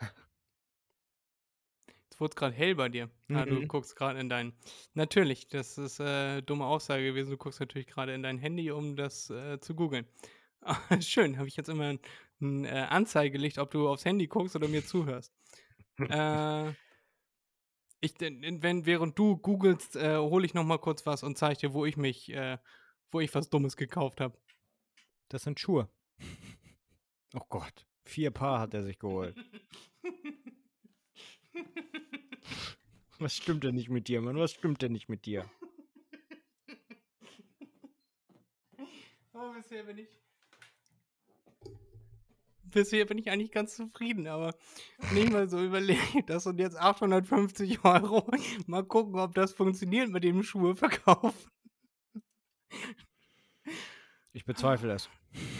Jetzt wurd's grad hell bei dir. Ah, du Mhm. guckst grad in dein natürlich, das ist, äh, dumme Aussage gewesen. Du guckst natürlich grade in dein Handy, um das, äh, zu googeln. Schön, habe ich jetzt immer 'n 'n, äh, Anzeigelicht, ob du aufs Handy guckst oder mir zuhörst. Äh ich denn in wenn während du googelst, äh, hole ich noch mal kurz was und zeige dir, wo ich mich äh, wo ich was Dummes gekauft habe. Das sind Schuhe. Oh Gott, vier Paar hat er sich geholt. Was stimmt denn nicht mit dir, Mann? Was stimmt denn nicht mit dir? Oh, bisher bin ich bisher bin ich eigentlich ganz zufrieden, aber wenn ich mal so überlege, das sind jetzt achthundertfünfzig Euro. Mal gucken, ob das funktioniert mit dem Schuhe verkaufen. Ich bezweifle es.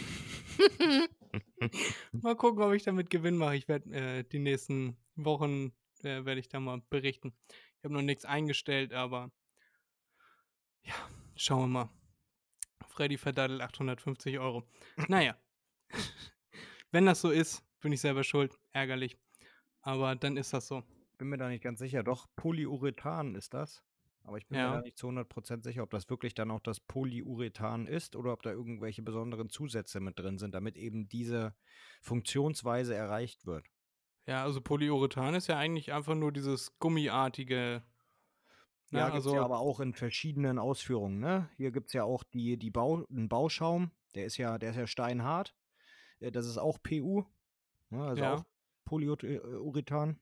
Mal gucken, ob ich damit Gewinn mache. Ich werde, äh die nächsten Wochen, äh, werde ich da mal berichten. Ich habe noch nix eingestellt, aber ja, schauen wir mal. Freddy verdaddelt achthundertfünfzig Euro. Na ja. Wenn das so ist, bin ich selber schuld. Ärgerlich. Aber dann ist das so. Bin mir da nicht ganz sicher. Doch, Polyurethan ist das. Aber ich bin mir da Ja. nicht zu hundert Prozent sicher, ob das wirklich dann auch das Polyurethan ist oder ob da irgendwelche besonderen Zusätze mit drin sind, damit eben diese Funktionsweise erreicht wird. Ja, also Polyurethan ist ja eigentlich einfach nur dieses Gummiartige, ne? Ja, gibt's ja Also aber auch in verschiedenen Ausführungen, ne? Hier gibt's ja auch die die Bau 'n Bauschaum, der ist ja der ist ja steinhart. Äh, das ist auch P U, ne, also auch Ja. Polyut äh, Urethan.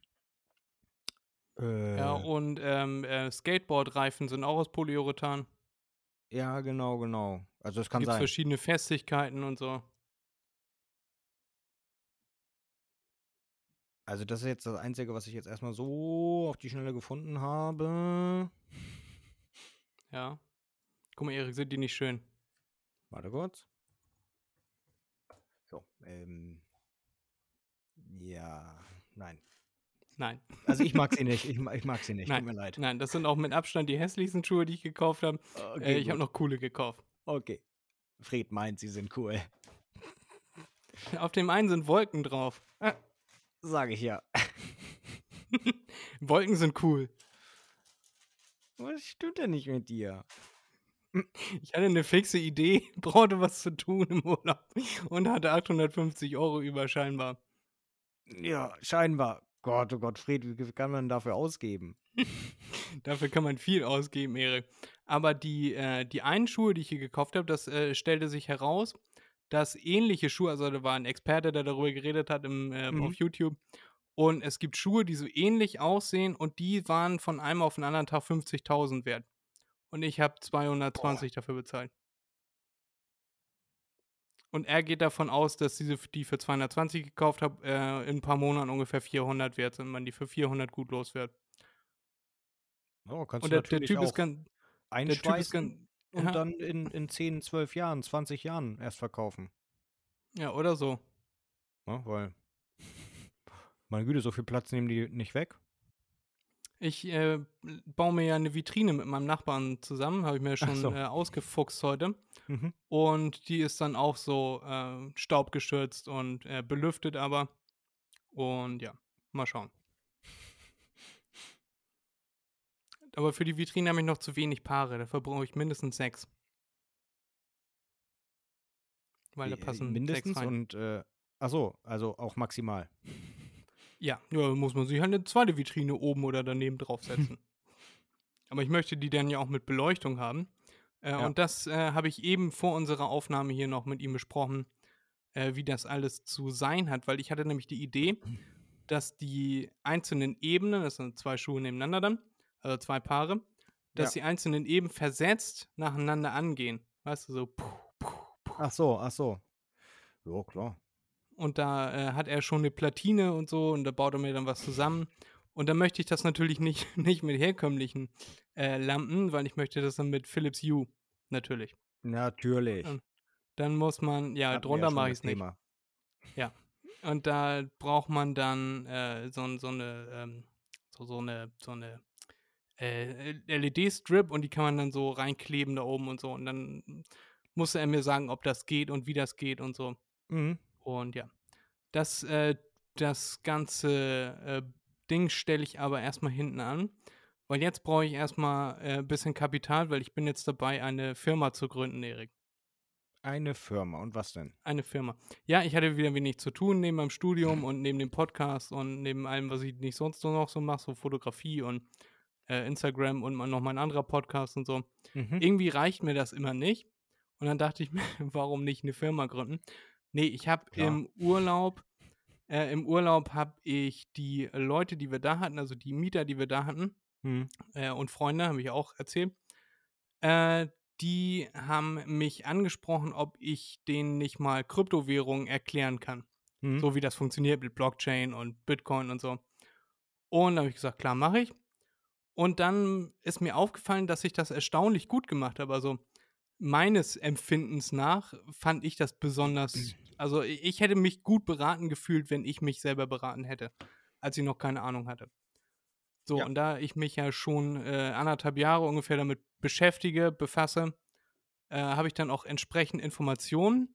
Ja, Äh. und, ähm, äh, Skateboardreifen sind auch aus Polyurethan. Ja, genau, genau. Also, es Da kann gibt's sein. verschiedene Festigkeiten und so. Also, das ist jetzt das Einzige, was ich jetzt erst mal so auf die Schnelle gefunden habe. Ja. Guck mal, Erik, sind die nicht schön? Warte kurz. So, ähm. Ja, nein. Nein. Also ich mag sie nicht. Ich, ich mag sie nicht. Nein. Tut mir leid. Nein, das sind auch mit Abstand die hässlichsten Schuhe, die ich gekauft habe. Okay, äh, ich habe gut. noch coole gekauft. Okay. Fred meint, sie sind cool. Auf dem einen sind Wolken drauf. Sage ich ja. Wolken sind cool. Was stimmt denn nicht mit dir? Ich hatte eine fixe Idee, brauchte was zu tun im Urlaub und hatte achthundertfünfzig Euro über scheinbar. Ja, scheinbar. Gott, oh Gott, Fred, wie viel kann man dafür ausgeben? Dafür kann man viel ausgeben, Erik. Aber die, äh, die einen Schuhe, die ich hier gekauft habe, das äh, stellte sich heraus, dass ähnliche Schuhe, also da war ein Experte, der darüber geredet hat im, äh, Mhm. auf YouTube. Und es gibt Schuhe, die so ähnlich aussehen und die waren von einem auf den anderen Tag fünfzigtausend wert. Und ich habe zweihundertzwanzig dafür bezahlt. Und er geht davon aus, dass diese, die für zweihundertzwanzig gekauft habe, äh, in ein paar Monaten ungefähr vierhundert wert sind, man die für vierhundert gut los wird. Oh, kannst Und du der, der natürlich Typ ist auch ganz, der Typ ist einschweißen ganz, und ja, dann in, in zehn, zwölf Jahren, zwanzig Jahren erst verkaufen. ja, oder so. Ja, weil, meine Güte, so viel Platz nehmen die nicht weg. Ich äh, baue mir ja eine Vitrine mit meinem Nachbarn zusammen, habe ich mir Ach schon so. äh, ausgefuchst heute. Mhm. Und die ist dann auch so äh, staubgeschützt und äh, belüftet aber. Und ja, mal schauen. Aber für die Vitrine habe ich noch zu wenig Paare. Dafür brauche ich mindestens sechs. Weil da Wie, äh, passen mindestens sechs rein. und, äh, ach so, also auch maximal. Ja, ja, muss man sich halt eine zweite Vitrine oben oder daneben draufsetzen. Aber ich möchte die dann ja auch mit Beleuchtung haben. Äh, Ja. Und das äh, habe ich eben vor unserer Aufnahme hier noch mit ihm besprochen, äh, wie das alles zu sein hat. Weil ich hatte nämlich die Idee, dass die einzelnen Ebenen, das sind zwei Schuhe nebeneinander dann, also zwei Paare, dass Ja. die einzelnen Eben versetzt nacheinander angehen. Weißt du, so puh, puh, puh. Ach so, ach so. Ja, klar. Und da äh, hat er schon eine Platine und so und da baut er mir dann was zusammen. Und dann möchte ich das natürlich nicht, nicht mit herkömmlichen äh, Lampen, weil ich möchte das dann mit Philips Hue, natürlich. Natürlich. Ähm, Dann muss man, ja, Hatten wir drunter ja schon mache das ich es nicht. Thema. Ja. Und da braucht man dann äh, so, so eine, ähm, so, so eine, so eine äh, L E D-Strip und die kann man dann so reinkleben da oben und so. Und dann musste er mir sagen, ob das geht und wie das geht und so. Mhm. Und ja, das, äh, das ganze äh, Ding stelle ich aber erstmal hinten an, weil jetzt brauche ich erstmal ein äh, bisschen Kapital, weil ich bin jetzt dabei, eine Firma zu gründen, Erik. Eine Firma. Und was denn? Eine Firma. Ja, ich hatte wieder wenig zu tun neben meinem Studium und neben dem Podcast und neben allem, was ich nicht sonst noch so mache, so Fotografie und äh, Instagram und noch mein anderer Podcast und so. Mhm. Irgendwie reicht mir das immer nicht. Und dann dachte ich mir, warum nicht eine Firma gründen? Nee, ich habe Klar. im Urlaub, äh, im Urlaub habe ich die Leute, die wir da hatten, also die Mieter, die wir da hatten, Mhm. äh, und Freunde, habe ich auch erzählt, äh, die haben mich angesprochen, ob ich denen nicht mal Kryptowährungen erklären kann. Mhm. So wie das funktioniert mit Blockchain und Bitcoin und so. Und da habe ich gesagt, klar, mache ich. Und dann ist mir aufgefallen, dass ich das erstaunlich gut gemacht habe. Also meines Empfindens nach fand ich das besonders, also i- ich hätte mich gut beraten gefühlt, wenn ich mich selber beraten hätte, als ich noch keine Ahnung hatte. So, Ja. und da ich mich ja schon äh, anderthalb Jahre ungefähr damit beschäftige, befasse, äh, habe ich dann auch entsprechend Informationen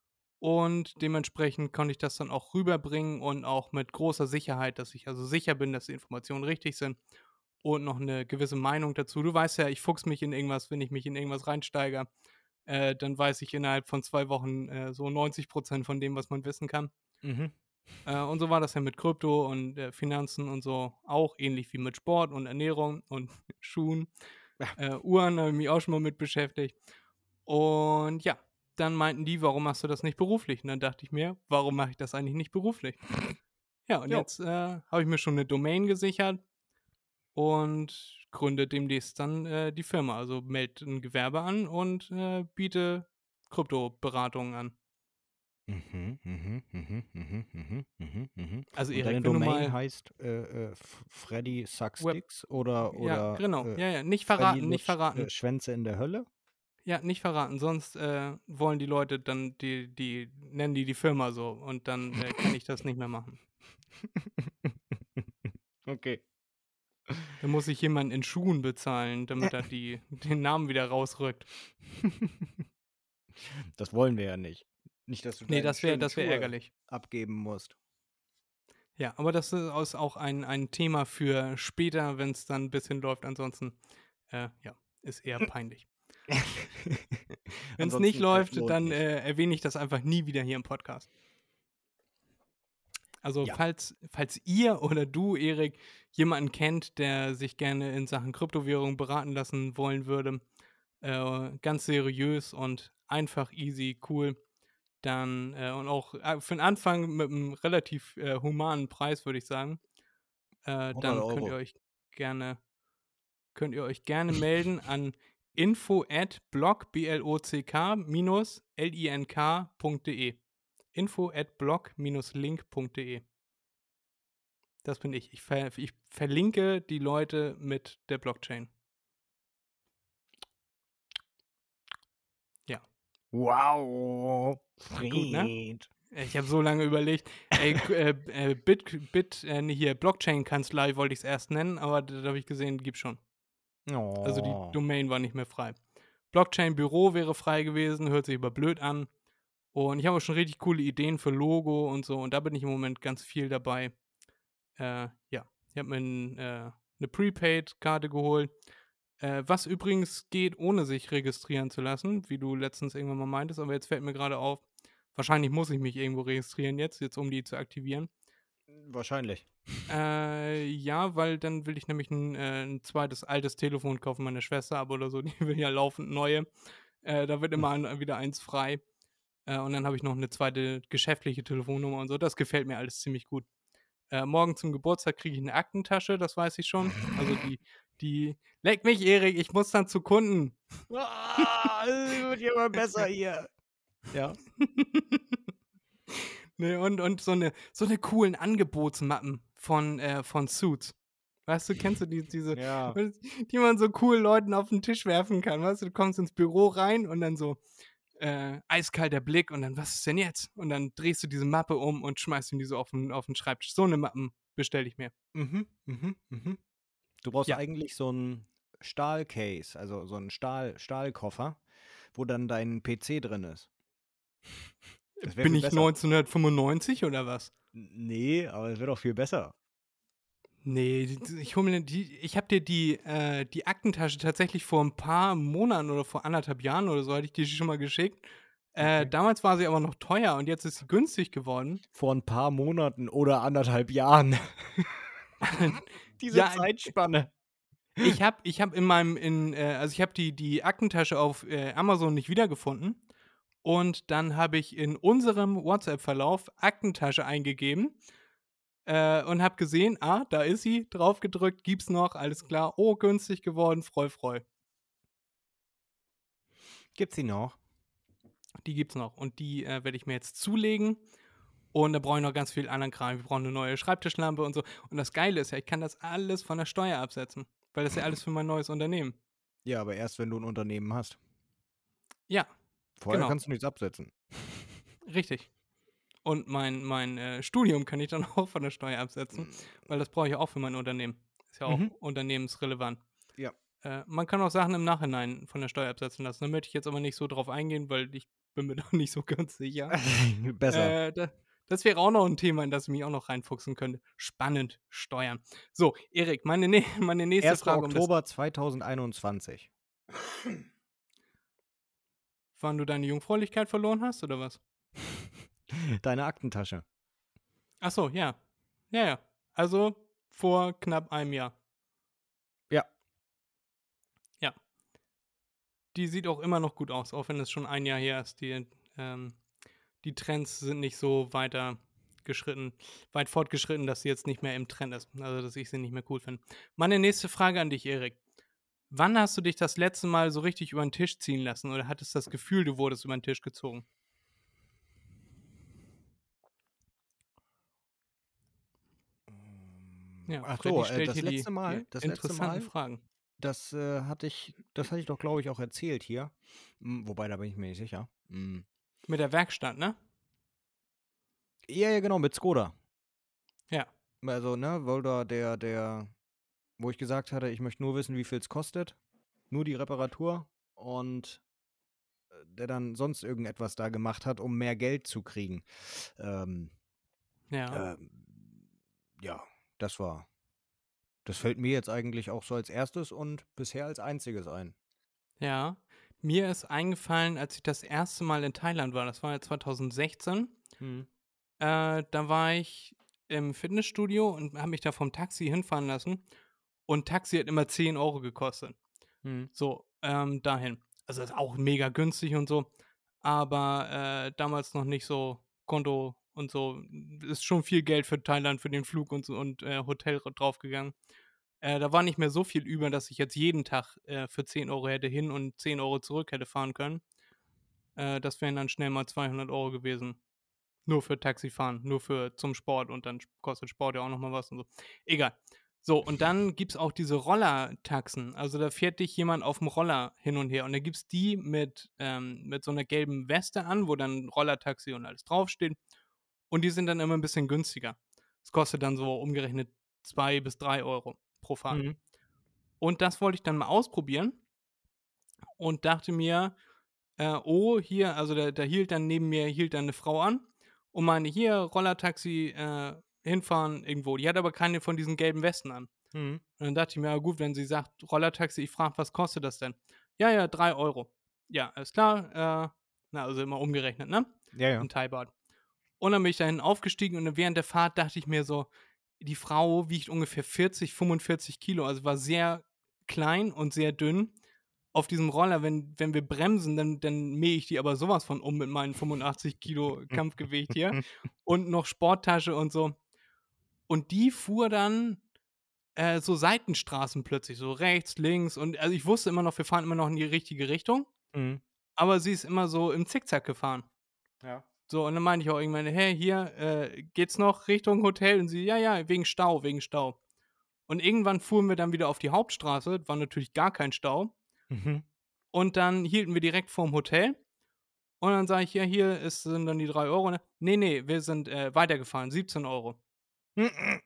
und dementsprechend konnte ich das dann auch rüberbringen und auch mit großer Sicherheit, dass ich also sicher bin, dass die Informationen richtig sind und noch eine gewisse Meinung dazu. Du weißt ja, ich fuchs mich in irgendwas, wenn ich mich in irgendwas reinsteige, äh, dann weiß ich innerhalb von zwei Wochen äh, so neunzig Prozent von dem, was man wissen kann. Mhm. Äh, und so war das ja mit Krypto und äh, Finanzen und so auch, ähnlich wie mit Sport und Ernährung und Schuhen. Ja. Äh, Uhren habe ich mich auch schon mal mit beschäftigt. Und ja, dann meinten die, warum machst du das nicht beruflich? Und dann dachte ich mir, warum mache ich das eigentlich nicht beruflich? Ja, und Jo. jetzt äh, habe ich mir schon eine Domain gesichert und gründe demnächst dann äh, die Firma. Also melde ein Gewerbe an und äh, biete Kryptoberatungen an. Mhm, mhm, mhm, mhm, mhm, mhm, mhm. Also Und Erik, deine wenn du Domain mal heißt äh, äh, F- Freddy Sucks Web, Dicks oder, ja, oder genau, äh, ja, ja, nicht Freddy verraten, nicht lutscht äh, verraten. Schwänze in der Hölle? Ja, nicht verraten, sonst äh, wollen die Leute dann, die, die nennen die die Firma so und dann äh, kann ich das nicht mehr machen. Okay. Da muss ich jemanden in Schuhen bezahlen, damit er die, den Namen wieder rausrückt. Das wollen wir ja nicht. Nicht, dass du Nee, deine das wäre schönen das wär Schuhe ärgerlich. abgeben musst. Ja, aber das ist auch ein, ein Thema für später, wenn es dann ein bisschen läuft. Ansonsten, äh, ja, ist eher peinlich. Wenn es nicht Ansonsten, äh, läuft, lohnt dann nicht. äh, erwähne ich das einfach nie wieder hier im Podcast. Also Ja. falls, falls ihr oder du, Erik, jemanden kennt, der sich gerne in Sachen Kryptowährung beraten lassen wollen würde, äh, ganz seriös und einfach, easy, cool, dann äh, und auch äh, für den Anfang mit einem relativ äh, humanen Preis, würde ich sagen, äh, hundert dann könnt ihr Euro. euch gerne könnt ihr euch gerne melden an info at block, B L O C K, minus L I N K punkt de. info at block minus link punkt de. Das bin ich. Ich, ver ich verlinke die Leute mit der Blockchain. Ja. Wow. Gut, ne? Fried. Ich habe so lange überlegt. Ey, äh, äh, Bit, Bit, äh, nee, hier, Blockchain-Kanzlei wollte ich es erst nennen, aber da habe ich gesehen, gibt's schon. Oh. Also die Domain war nicht mehr frei. Blockchain-Büro wäre frei gewesen, hört sich aber blöd an. Und ich habe auch schon richtig coole Ideen für Logo und so. Und da bin ich im Moment ganz viel dabei. Äh, ja, ich habe mir ein, äh, eine Prepaid-Karte geholt. Äh, was übrigens geht, ohne sich registrieren zu lassen, wie du letztens irgendwann mal meintest. Aber jetzt fällt mir gerade auf, wahrscheinlich muss ich mich irgendwo registrieren jetzt, jetzt um die zu aktivieren. Wahrscheinlich. Äh, ja, weil dann will ich nämlich ein, äh, ein zweites altes Telefon kaufen, meine Schwester, aber oder so, die will ja laufend neue. Äh, da wird immer ein, wieder eins frei. Äh, und dann habe ich noch eine zweite geschäftliche Telefonnummer und so. Das gefällt mir alles ziemlich gut. Äh, morgen zum Geburtstag kriege ich eine Aktentasche, das weiß ich schon. Also die, die, leck mich, Erik, ich muss dann zu Kunden. Ah, es wird immer besser hier. Ja. Ne, und, und so eine, so eine coolen Angebotsmappen von, äh, von Suits. Weißt du, kennst du die, diese, Ja. die man so cool Leuten auf den Tisch werfen kann, weißt du, du kommst ins Büro rein und dann so, äh, eiskalter Blick und dann, was ist denn jetzt? Und dann drehst du diese Mappe um und schmeißt ihm die so auf den, auf den Schreibtisch. So eine Mappen bestelle ich mir. Mhm, mhm, mhm. Du brauchst Ja. eigentlich so ein Stahlcase, also so einen Stahl, Stahlkoffer, wo dann dein P C drin ist. Das wär Bin viel ich besser. neunzehnhundertfünfundneunzig oder was? Nee, aber es wäre doch viel besser. Nee, die- ich hole mir die, ich habe dir die, äh, die Aktentasche tatsächlich vor ein paar Monaten oder vor anderthalb Jahren oder so, hatte ich die schon mal geschickt. Äh, Okay. damals war sie aber noch teuer und jetzt ist sie günstig geworden. Vor ein paar Monaten oder anderthalb Jahren. Diese Ja, Zeitspanne. Ich habe ich hab in meinem, in, äh, also ich habe die, die Aktentasche auf äh, Amazon nicht wiedergefunden. Und dann habe ich in unserem WhatsApp-Verlauf Aktentasche eingegeben äh, und habe gesehen, ah, da ist sie, draufgedrückt, gibt's noch, alles klar, oh, günstig geworden, freu, freu. Gibt's die noch? Die gibt's noch und die äh, werde ich mir jetzt zulegen. Und da brauche ich noch ganz viel anderen Kram. Wir brauchen eine neue Schreibtischlampe und so. Und das Geile ist ja, ich kann das alles von der Steuer absetzen, weil das ist ja alles für mein neues Unternehmen. Ja, aber erst, wenn du ein Unternehmen hast. Ja, Vorher genau. kannst du nichts absetzen. Richtig. Und mein, mein äh, Studium kann ich dann auch von der Steuer absetzen, weil das brauche ich auch für mein Unternehmen. Ist ja auch Mhm. unternehmensrelevant. Ja. Äh, man kann auch Sachen im Nachhinein von der Steuer absetzen lassen. Da möchte ich jetzt aber nicht so drauf eingehen, weil ich bin mir da nicht so ganz sicher. Besser. Äh, da, das wäre auch noch ein Thema, in das ich mich auch noch reinfuchsen könnte. Spannend, Steuern. So, Erik, meine, ne meine nächste erster Frage. Um das, Oktober zweitausendeinundzwanzig. wann du deine Jungfräulichkeit verloren hast, oder was? Deine Aktentasche. Ach so, ja. Ja, ja. Also vor knapp einem Jahr. Ja. Ja. Die sieht auch immer noch gut aus, auch wenn es schon ein Jahr her ist. Die, ähm, die Trends sind nicht so weiter geschritten, weit fortgeschritten, dass sie jetzt nicht mehr im Trend ist. Also, dass ich sie nicht mehr cool finde. Meine nächste Frage an dich, Erik. Wann hast du dich das letzte Mal so richtig über den Tisch ziehen lassen oder hattest das Gefühl, du wurdest über den Tisch gezogen? Ja, Ach Freddy so, äh, stellt das hier letzte die, Mal, die das letzte interessanten Mal, Fragen. das äh, hatte ich, das hatte ich doch, glaube ich, auch erzählt hier. Hm, wobei, da bin ich mir nicht sicher. Hm. Mit der Werkstatt, ne? Ja, ja, genau, mit Skoda. Ja. Also, ne, weil da der, der, wo ich gesagt hatte, ich möchte nur wissen, wie viel es kostet. Nur die Reparatur. Und äh, der dann sonst irgendetwas da gemacht hat, um mehr Geld zu kriegen. Ähm, Ja. ähm, ja, das war. Das fällt mir jetzt eigentlich auch so als erstes und bisher als einziges ein. Ja. Mir ist eingefallen, als ich das erste Mal in Thailand war, das war ja zwanzig sechzehn, Hm. äh, da war ich im Fitnessstudio und habe mich da vom Taxi hinfahren lassen und Taxi hat immer zehn Euro gekostet. Hm. So, ähm, dahin. Also, ist auch mega günstig und so, aber, äh, damals noch nicht so Konto und so. Ist schon viel Geld für Thailand, für den Flug und so und, äh, Hotel r draufgegangen. Äh, da war nicht mehr so viel über, dass ich jetzt jeden Tag, äh, für zehn Euro hätte hin und zehn Euro zurück hätte fahren können. Äh, das wären dann schnell mal zweihundert Euro gewesen. Nur für Taxifahren, nur für zum Sport und dann kostet Sport ja auch noch mal was und so. Egal. So, und dann gibt's auch diese Rollertaxen. Also, da fährt dich jemand auf'm Roller hin und her und dann gibt's die mit, ähm mit so 'ner gelben Weste an, wo dann Rollertaxi und alles draufsteht und die sind dann immer 'n bisschen günstiger. Das kostet dann so umgerechnet zwei bis drei Euro pro Fahrt. Mhm. Und das wollte ich dann mal ausprobieren und dachte mir, äh: „Oh, hier“, also da da hielt dann neben mir hielt dann 'ne Frau an und meinte: „Hier, Rollertaxi, äh, hinfahren irgendwo.“ Die hat aber keine von diesen gelben Westen an. Mhm. Und dann dachte ich mir: „Ja gut, wenn sie sagt Rollertaxi“, ich frage: „Was kostet das denn?“ „Ja, ja, drei Euro.“ Ja, alles klar, äh, na, also immer umgerechnet, ne, Ja, ja. in Thai-Baht. Und dann bin ich dahin aufgestiegen und während der Fahrt dachte ich mir so: „Die Frau wiegt ungefähr vierzig, fünfundvierzig Kilo, also war sehr klein und sehr dünn. Auf diesem Roller, wenn wenn wir bremsen, dann dann mähe ich die aber so was von um mit meinen fünfundachtzig Kilo Kampfgewicht hier und noch Sporttasche und so. Und die fuhr dann, äh, so Seitenstraßen plötzlich, so rechts, links und also ich wusste immer noch, wir fahren immer noch in die richtige Richtung, Mhm. aber sie ist immer so im Zickzack gefahren. Ja. So, und dann meinte ich auch irgendwann: „Hey, hier, äh, geht's noch Richtung Hotel?“ Und sie: „Ja, ja, wegen Stau, wegen Stau.“ Und irgendwann fuhren wir dann wieder auf die Hauptstraße, war natürlich gar kein Stau. Mhm. Und dann hielten wir direkt vorm Hotel und dann sage ich: „Ja, hier ist sind dann die drei Euro, ne?“ „Ne, ne, wir sind, äh, weitergefahren, siebzehn Euro.“ Mhm.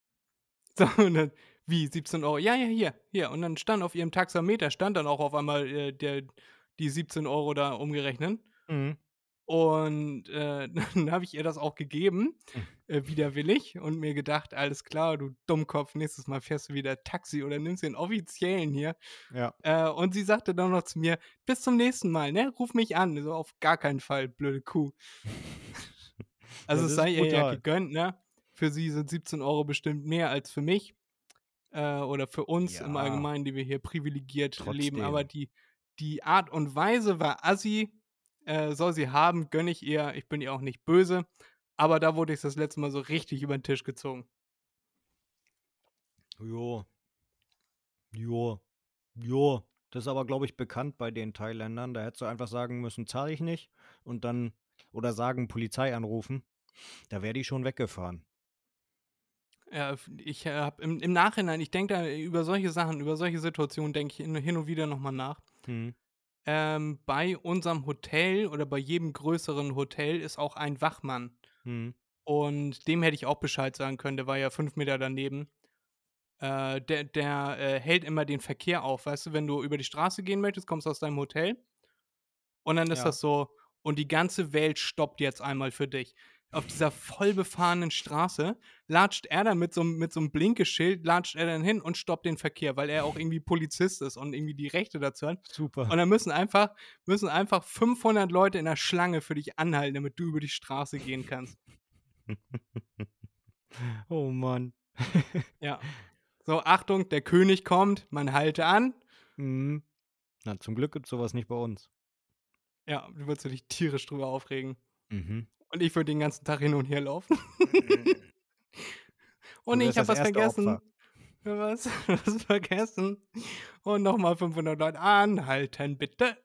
So, und dann: „Wie siebzehn Euro?“ „Ja, ja, hier, hier.“ Und dann stand auf ihrem Taxameter stand dann auch auf einmal, äh, der die siebzehn Euro da umgerechnet. Mhm. Und, äh, dann habe ich ihr das auch gegeben, äh, widerwillig und mir gedacht: „Alles klar, du Dummkopf, nächstes Mal fährst du wieder Taxi oder nimmst den Offiziellen hier.“ Ja. Äh, und sie sagte dann noch zu mir: „Bis zum nächsten Mal, ne? Ruf mich an.“ So: „Auf gar keinen Fall, blöde Kuh.“ Also, Das es ist sei ihr ja brutal. gegönnt, ne? Für sie sind siebzehn Euro bestimmt mehr als für mich, äh, oder für uns im Ja, Allgemeinen, die wir hier privilegiert leben. Aber trotzdem. die die Art und Weise war assi, äh, soll sie haben, gönne ich ihr. Ich bin ihr auch nicht böse, aber da wurde ich das letzte Mal so richtig über 'n Tisch gezogen. Jo, jo, jo. Das ist aber, glaube ich, bekannt bei den Thailändern. Da hättest du einfach sagen müssen: „Zahle ich nicht“ und dann oder sagen, Polizei anrufen. Da wäre die schon weggefahren. Ja, f ich habe im im Nachhinein ich denke da über solche Sachen, über solche Situationen denke ich hin hin und wieder noch mal nach. Mhm. Ähm, bei unserem Hotel oder bei jedem größeren Hotel ist auch ein Wachmann. Mhm. Und dem hätte ich auch Bescheid sagen können, der war ja fünf Meter daneben. Äh, der der, äh, hält immer den Verkehr auf. Weißt du, wenn du über die Straße gehen möchtest, kommst aus deinem Hotel und dann ist Ja. das so und die ganze Welt stoppt jetzt einmal für dich. Auf dieser voll befahrenen Straße latscht er dann mit so 'm mit so 'm Blinkeschild latscht er dann hin und stoppt den Verkehr, weil er auch irgendwie Polizist ist und irgendwie die Rechte dazu hat. Super. Und dann müssen einfach müssen einfach fünfhundert Leute in der Schlange für dich anhalten, damit du über die Straße gehen kannst. Oh Mann. Ja. So, Achtung, der König kommt, man halte an. Mhm. Na, zum Glück gibt's so was nicht bei uns. Ja, du würdest dich tierisch drüber aufregen. Mhm. Und ich würde den ganzen Tag hin und her laufen. „Oh Du ne, ich wärst habe das was erste vergessen. Opfer. Ja, was was vergessen?“ Und noch mal fünfhundert Leute: „Anhalten, bitte.“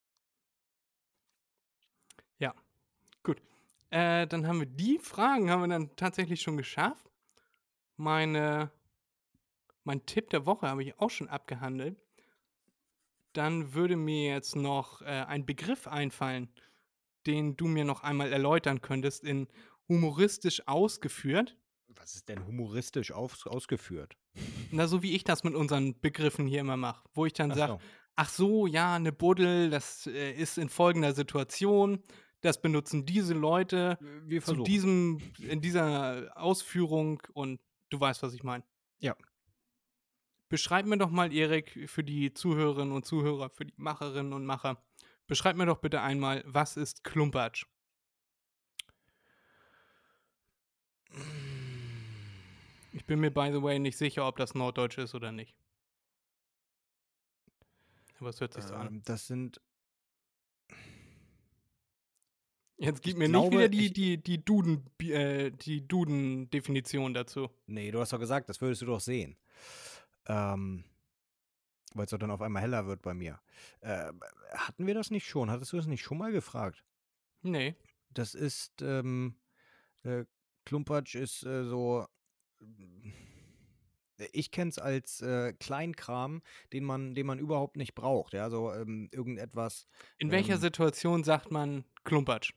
Ja, gut. Äh, dann haben wir die Fragen haben wir dann tatsächlich schon geschafft. Meine mein Tipp der Woche habe ich auch schon abgehandelt. Dann würde mir jetzt noch, äh, ein Begriff einfallen, den du mir noch einmal erläutern könntest in humoristisch ausgeführt. Was ist denn humoristisch auf, ausgeführt? Na, so wie ich das mit unseren Begriffen hier immer mache, wo ich dann Ach sage, so. ach so, ja, eine Buddel, das äh, ist in folgender Situation, das benutzen diese Leute Wir zu versuchen. diesem, in dieser Ausführung und du weißt, was ich meine. Ja. Beschreib mir doch mal, Erik, für die Zuhörerinnen und Zuhörer, für die Macherinnen und Macher, beschreib mir doch bitte einmal, was ist Klumpatsch? Ich bin mir, by the way, nicht sicher, ob das Norddeutsch ist oder nicht. Aber es hört sich so an. Ähm, das sind. Jetzt gib ich mir nicht glaube, wieder die, ich- die, die Duden, äh, die Duden-Definition dazu. Nee, du hast doch gesagt, das würdest du doch sehen. Ähm, Weil es doch dann auf einmal heller wird bei mir. Äh, hatten wir das nicht schon? Hattest du das nicht schon mal gefragt? Nee. Das ist, ähm, äh, Klumpatsch ist äh, so. äh, Ich kenne es als äh, Kleinkram, den man, den man überhaupt nicht braucht. Ja, so ähm, irgendetwas. In welcher ähm, Situation sagt man Klumpatsch?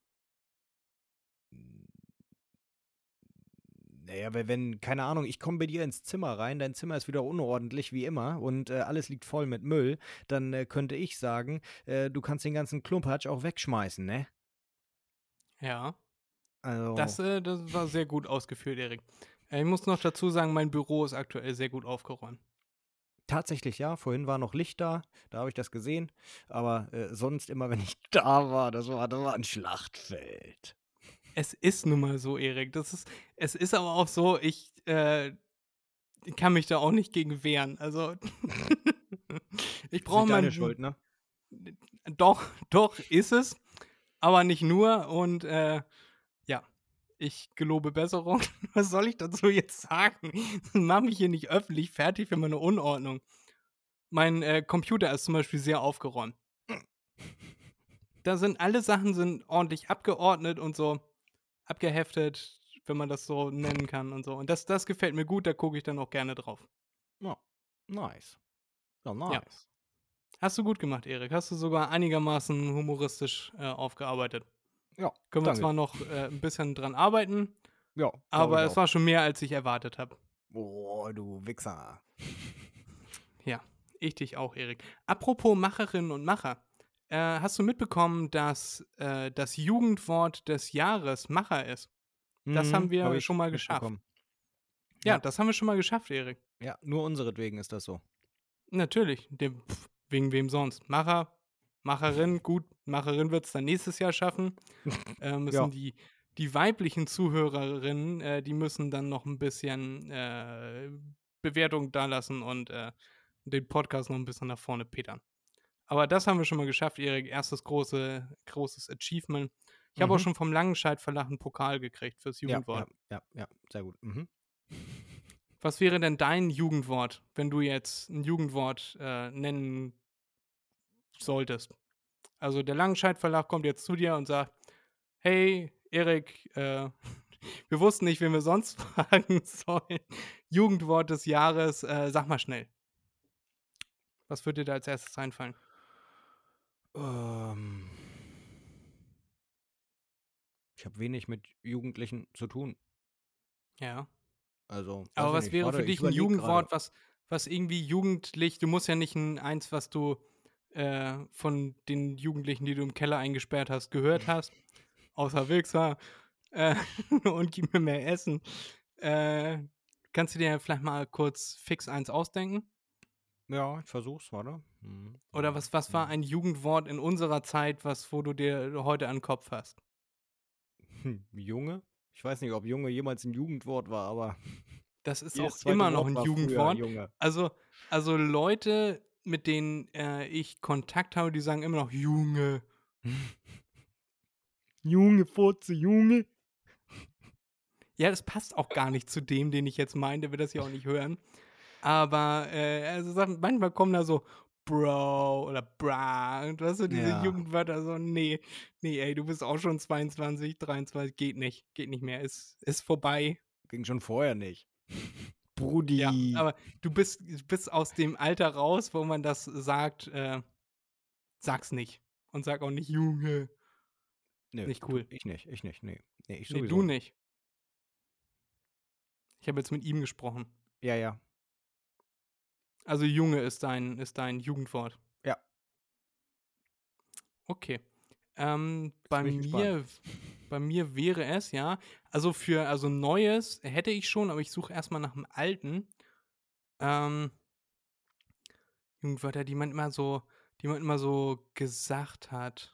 Naja, weil wenn, keine Ahnung, ich komme bei dir ins Zimmer rein, dein Zimmer ist wieder unordentlich wie immer und äh, alles liegt voll mit Müll, dann äh, könnte ich sagen, äh, du kannst den ganzen Klumpatsch auch wegschmeißen, ne? Ja. Also, Das, äh, das war sehr gut ausgeführt, Erik. Äh, ich muss noch dazu sagen, mein Büro ist aktuell sehr gut aufgeräumt. tatsächlich ja, vorhin war noch Licht da, da habe ich das gesehen, aber äh, sonst immer, wenn ich da war, das war, das war ein Schlachtfeld. Es ist nun mal so, Erik. Das ist, es ist aber auch so, ich äh, kann mich da auch nicht gegen wehren. Also, ich Ist brauche nicht deine mein. Schuld, ne? Doch, doch, ist es. Aber nicht nur. Und äh, ja, ich gelobe Besserung. Was soll ich dazu jetzt sagen? Mach mich hier nicht öffentlich fertig für meine Unordnung. Mein äh, Computer ist zum Beispiel sehr aufgeräumt. Da sind alle Sachen sind ordentlich abgeordnet und so abgeheftet, wenn man das so nennen kann und so. Und das, das gefällt mir gut, da gucke ich dann auch gerne drauf. Ja, nice. Ja, Ja. nice. Hast du gut gemacht, Erik. Hast du sogar einigermaßen humoristisch äh, aufgearbeitet. Ja, Können wir danke. zwar noch äh, ein bisschen dran arbeiten, Ja, glaub aber ich es auch. war schon mehr, als ich erwartet habe. Oh, du Wichser. Ja, ich dich auch, Erik. Apropos Macherinnen und Macher. Äh, hast du mitbekommen, dass äh, das Jugendwort des Jahres Macher ist? Das haben wir hab ich schon mal geschafft. mitbekommen. Ja, Ja. das haben wir schon mal geschafft, Erik. Ja, nur unseretwegen ist das so. Natürlich. Dem, pff, wegen wem sonst? Macher, Macherin, gut, Macherin wird es dann nächstes Jahr schaffen. Äh, müssen Ja. die, die weiblichen Zuhörerinnen, äh, die müssen dann noch ein bisschen äh, Bewertung dalassen und äh, den Podcast noch ein bisschen nach vorne petern. Aber das haben wir schon mal geschafft, Erik. Erstes große, großes Achievement. Ich habe auch Mhm. schon vom Langenscheidt Verlag einen Pokal gekriegt fürs Ja, Jugendwort. ja, ja, ja, sehr gut. Mhm. Was wäre denn dein Jugendwort, wenn du jetzt ein Jugendwort äh, nennen solltest? Also der Langenscheidt Verlag kommt jetzt zu dir und sagt, hey, Erik, äh, wir wussten nicht, wen wir sonst fragen sollen. Jugendwort des Jahres, äh, sag mal schnell. Was würde dir da als erstes einfallen? Ähm, ich habe wenig mit Jugendlichen zu tun. Ja. Also, weiß Aber ich was nicht. wäre Warte, für ich dich ein überleg Jugendwort, gerade. was, was irgendwie jugendlich, du musst ja nicht ein, eins, was du äh, von den Jugendlichen, die du im Keller eingesperrt hast, gehört hast, außer Wichser äh, und gib mir mehr Essen. Äh, kannst du dir vielleicht mal kurz fix eins ausdenken? Ja, ich versuch's, warte. Mhm. Oder was, was war ein Jugendwort in unserer Zeit, was, wo du dir heute an den Kopf hast? Hm, Junge? Ich weiß nicht, ob Junge jemals ein Jugendwort war, aber Das ist jedes auch zweite immer noch Wort ein war früher Jugendwort. Junge. Also, also Leute, mit denen äh, ich Kontakt habe, die sagen immer noch Junge. Junge, Furze, Junge. Ja, das passt auch gar nicht zu dem, den ich jetzt meine, der will das ja auch nicht hören. Aber äh, also Sachen, manchmal kommen da so Bro oder Bra und weißt du, diese Ja. Jugendwörter so, nee, nee, ey, du bist auch schon zweiundzwanzig, dreiundzwanzig, geht nicht, geht nicht mehr, ist, ist vorbei. Ging schon vorher nicht. Ja, Brudi. aber du bist, du bist aus dem Alter raus, wo man das sagt, äh, sag's nicht. Und sag auch nicht Junge. Nö, Nicht du- cool. ich nicht, ich nicht, nee. Nee, ich Nee, sowieso du nicht. nicht. Ich habe jetzt mit ihm gesprochen. Ja, ja. Also Junge ist dein, ist dein Jugendwort. Ja. Okay. Ähm, Jetzt bei bin ich gespannt. mir, bei mir wäre es, ja, also für, also Neues hätte ich schon, aber ich suche erstmal nach einem alten. Ähm, Jugendwörter, die man immer so, die man immer so gesagt hat.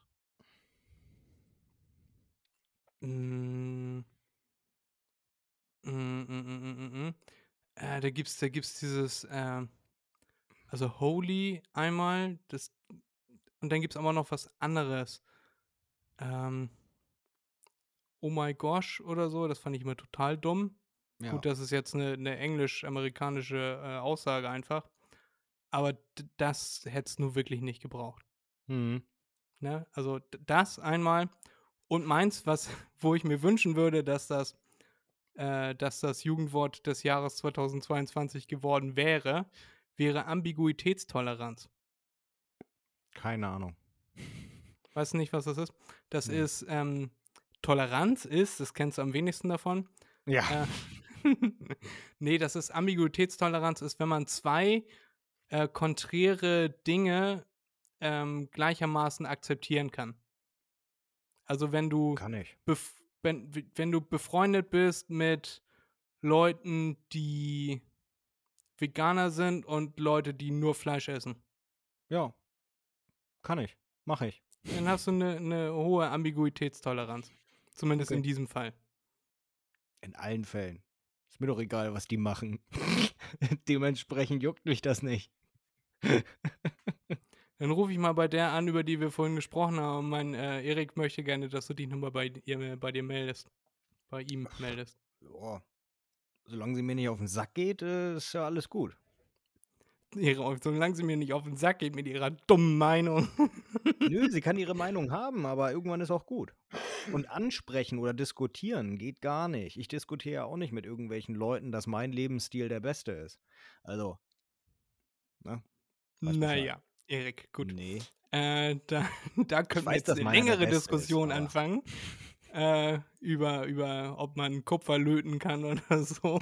Mm, mm, mm, mm, mm, mm, mm. Äh, da gibt's, da gibt's dieses, ähm, also Holy einmal, das, und dann gibt's aber noch was anderes. Ähm, Oh my gosh oder so, das fand ich immer total dumm. Ja. Gut, das ist jetzt eine 'ne englisch-amerikanische, äh, Aussage einfach, aber d das hätt's nur wirklich nicht gebraucht, Mhm. ne? Also, d das einmal und meins, was wo ich mir wünschen würde, dass das äh, dass das Jugendwort des Jahres zweitausendzweiundzwanzig geworden wäre, wäre Ambiguitätstoleranz. Keine Ahnung. Weißt du nicht, was das ist? Das Ne. ist, ähm Toleranz ist, das kennst du am wenigsten davon. Ja. Äh, ne, das ist Ambiguitätstoleranz ist, wenn man zwei äh, konträre Dinge, ähm, gleichermaßen akzeptieren kann. Also, wenn du Kann ich. bef wenn w wenn du befreundet bist mit Leuten, die Veganer sind und Leute, die nur Fleisch essen. Ja. Kann ich. Mache ich. Dann hast du 'ne 'ne hohe Ambiguitätstoleranz. Zumindest Okay. in diesem Fall. In allen Fällen. Ist mir doch egal, was die machen. Dementsprechend juckt mich das nicht. Dann rufe ich mal bei der an, über die wir vorhin gesprochen haben. Mein, äh, Erik möchte gerne, dass du dich noch mal bei ihr bei dir meldest. Bei ihm meldest. Ja. Solange sie mir nicht auf den Sack geht, äh, ist ja alles gut. Ihre solange sie mir nicht auf den Sack geht mit ihrer dummen Meinung. Nö, sie kann ihre Meinung haben, aber irgendwann ist auch gut. Und ansprechen oder diskutieren geht gar nicht. Ich diskutiere ja auch nicht mit irgendwelchen Leuten, dass mein Lebensstil der beste ist. Also, ne? Weißt Na Bescheid. ja, Erik, gut. Ne. Äh, da da können wir weiß, jetzt dass 'ne meiner der längere Beste ist, Diskussion aber anfangen, äh, über über ob man Kupfer löten kann oder so.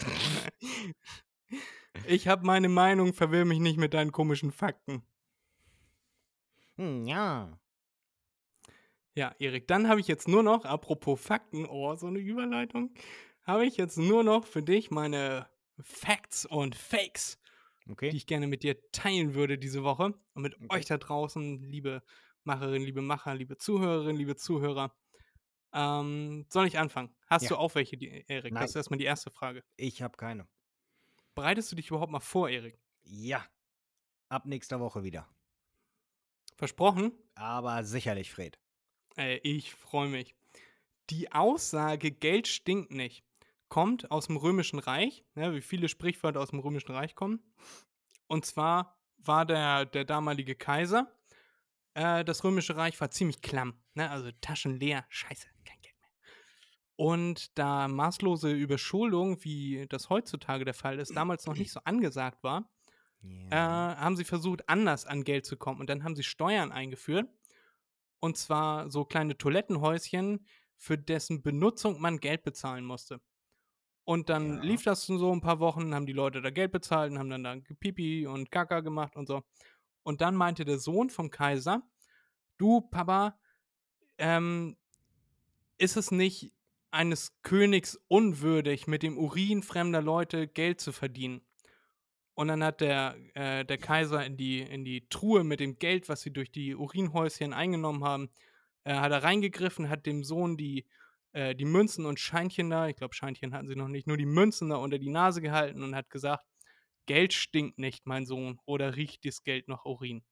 Ich habe meine Meinung, verwirr mich nicht mit deinen komischen Fakten. Hm, ja. Ja, Erik, dann habe ich jetzt nur noch, apropos Fakten, oh, so 'ne Überleitung, habe ich jetzt nur noch für dich meine Facts und Fakes, die Okay. ich gerne mit dir teilen würde diese Woche und mit Okay. euch da draußen, liebe Macherinnen, liebe Macher, liebe Zuhörerinnen, liebe Zuhörer. Ähm, soll ich anfangen? Hast Ja. du auch welche, die Erik? Das Nein. ist erst mal die erste Frage. Ich habe keine. Bereitest du dich überhaupt mal vor, Erik? Ja. Ab nächster Woche wieder. Versprochen? Aber sicherlich, Fred. Ey, ich freue mich. Die Aussage „Geld stinkt nicht“ kommt aus dem Römischen Reich, ne, wie viele Sprichwörter aus dem Römischen Reich kommen. Und zwar war der der damalige Kaiser äh, das Römische Reich war ziemlich klamm, ne, also Taschen leer, scheiße, kein Geld mehr. Und da maßlose Überschuldung, wie das heutzutage der Fall ist, damals noch nicht so angesagt war, äh, Ja. haben sie versucht, anders an Geld zu kommen. Und dann haben sie Steuern eingeführt. Und zwar so kleine Toilettenhäuschen, für dessen Benutzung man Geld bezahlen musste. Und dann Ja. lief das so ein paar Wochen, haben die Leute da Geld bezahlt und haben dann da Pipi und Kaka gemacht und so. Und dann meinte der Sohn vom Kaiser: „Du, Papa, ähm, ist es nicht eines Königs unwürdig, mit dem Urin fremder Leute Geld zu verdienen?“ Und dann hat der äh, der Kaiser in die in die Truhe mit dem Geld, was sie durch die Urinhäuschen eingenommen haben, äh, hat er reingegriffen, hat dem Sohn die äh, die Münzen und Scheinchen da, ich glaube, Scheinchen hatten sie noch nicht, nur die Münzen da unter die Nase gehalten und hat gesagt: „Geld stinkt nicht, mein Sohn, oder riecht das Geld nach Urin?“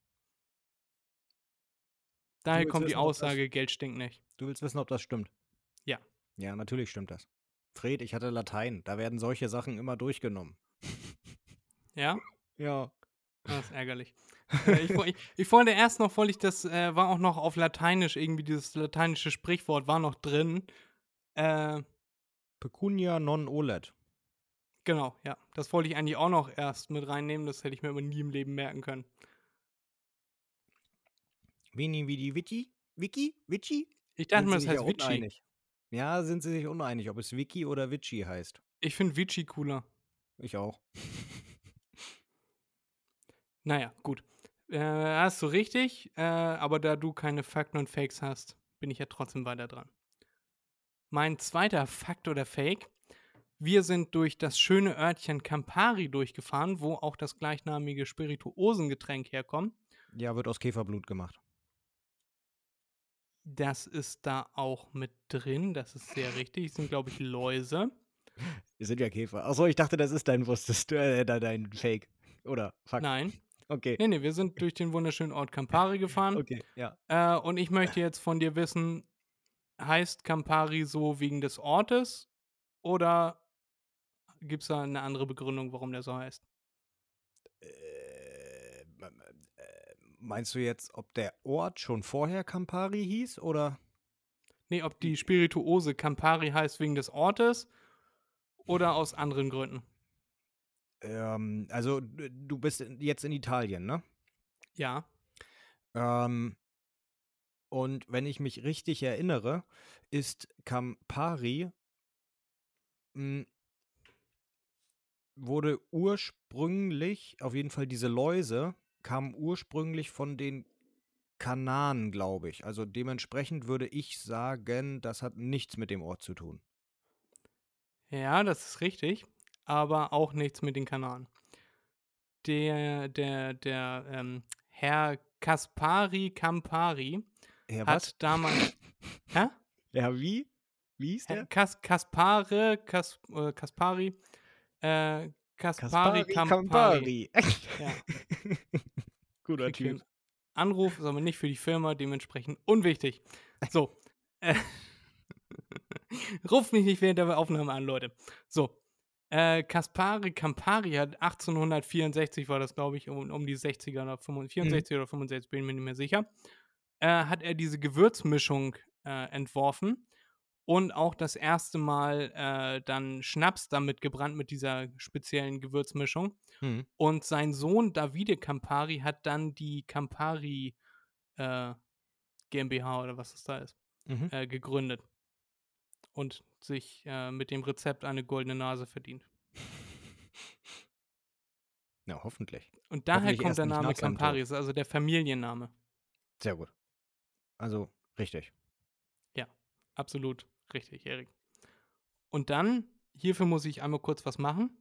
Du Daher willst kommt die wissen, ob das Aussage: „Geld stinkt nicht.“ du willst wissen, ob das stimmt? Ja. Ja, natürlich stimmt das. Fred, ich hatte Latein. Da werden solche Sachen immer durchgenommen. Ja? Ja. Das ist ärgerlich. Äh, ich wo ich ich wollte erst noch wollte ich das äh, war auch noch auf Lateinisch irgendwie dieses lateinische Sprichwort war noch drin. Äh, Pecunia non olet. genau, ja. Das wollte ich eigentlich auch noch erst mit reinnehmen, das hätte ich mir aber nie im Leben merken können. Vini vidi vici? Wiki? Vici? Ich dachte Sind mir, sie das sich ja heißt Vici. uneinig. Ja, sind sie sich uneinig, ob es Wiki oder Vici heißt. Ich finde Vici cooler. Ich auch. Naja, gut. Äh, hast du richtig, äh, aber da du keine Fakten und Fakes hast, bin ich ja trotzdem weiter dran. Mein zweiter Fakt oder Fake: Wir sind durch das schöne Örtchen Campari durchgefahren, wo auch das gleichnamige Spirituosengetränk herkommt. Ja, wird aus Käferblut gemacht. Das ist da auch mit drin, das ist sehr richtig. Das sind, glaube ich, Läuse. Wir sind ja Käfer. Achso, ich dachte, das ist dein wusstest äh, dein Fake. Oder Fakt. Nein. Okay. Nee, nee, wir sind durch den wunderschönen Ort Campari gefahren. Okay, ja. Äh, und ich möchte jetzt von dir wissen, heißt Campari so wegen des Ortes oder gibt es da eine andere Begründung, warum der so heißt? Äh, meinst du jetzt, ob der Ort schon vorher Campari hieß oder? Nee, ob die Spirituose Campari heißt wegen des Ortes oder aus anderen Gründen. Ähm, also du bist jetzt in Italien, ne? Ja. Ähm, und wenn ich mich richtig erinnere, ist Campari mh, wurde ursprünglich, auf jeden Fall diese Läuse, kamen ursprünglich von den Kanaren, glaube ich. Also dementsprechend würde ich sagen, das hat nichts mit dem Ort zu tun. Ja, das ist richtig, aber auch nichts mit den Kanaren. Der, der, der ähm, Herr Kaspari Campari Herr hat was? damals. Hä? Ja, wie? Wie hieß Herr der? Kas Kaspare, Kas äh, Kaspari, äh, Kaspari Campari. Campari. Ja. Guter Krieg hier Typ. einen Anruf, ist aber nicht für die Firma, dementsprechend unwichtig. So. Äh, Ruft mich nicht während der Aufnahme an, Leute. So. Äh, Kaspari Campari hat achtzehnhundertvierundsechzig, war das, glaube ich, um, um die sechziger oder vierundsechzig oder fünfundsechzig, bin ich mir nicht mehr sicher, äh, hat er diese Gewürzmischung äh, entworfen und auch das erste Mal äh, dann Schnaps damit gebrannt mit dieser speziellen Gewürzmischung. Mhm. Und sein Sohn Davide Campari hat dann die Campari äh, GmbH oder was das da ist, Mhm. äh, gegründet und sich äh, mit dem Rezept eine goldene Nase verdient. Ja, hoffentlich. Und daher Hoffentlich kommt erst der nicht Name nach seinem Campari, Tod. ist also der Familienname. Sehr gut. Also, richtig. Ja, absolut richtig, Erik. Und dann, hierfür muss ich einmal kurz was machen.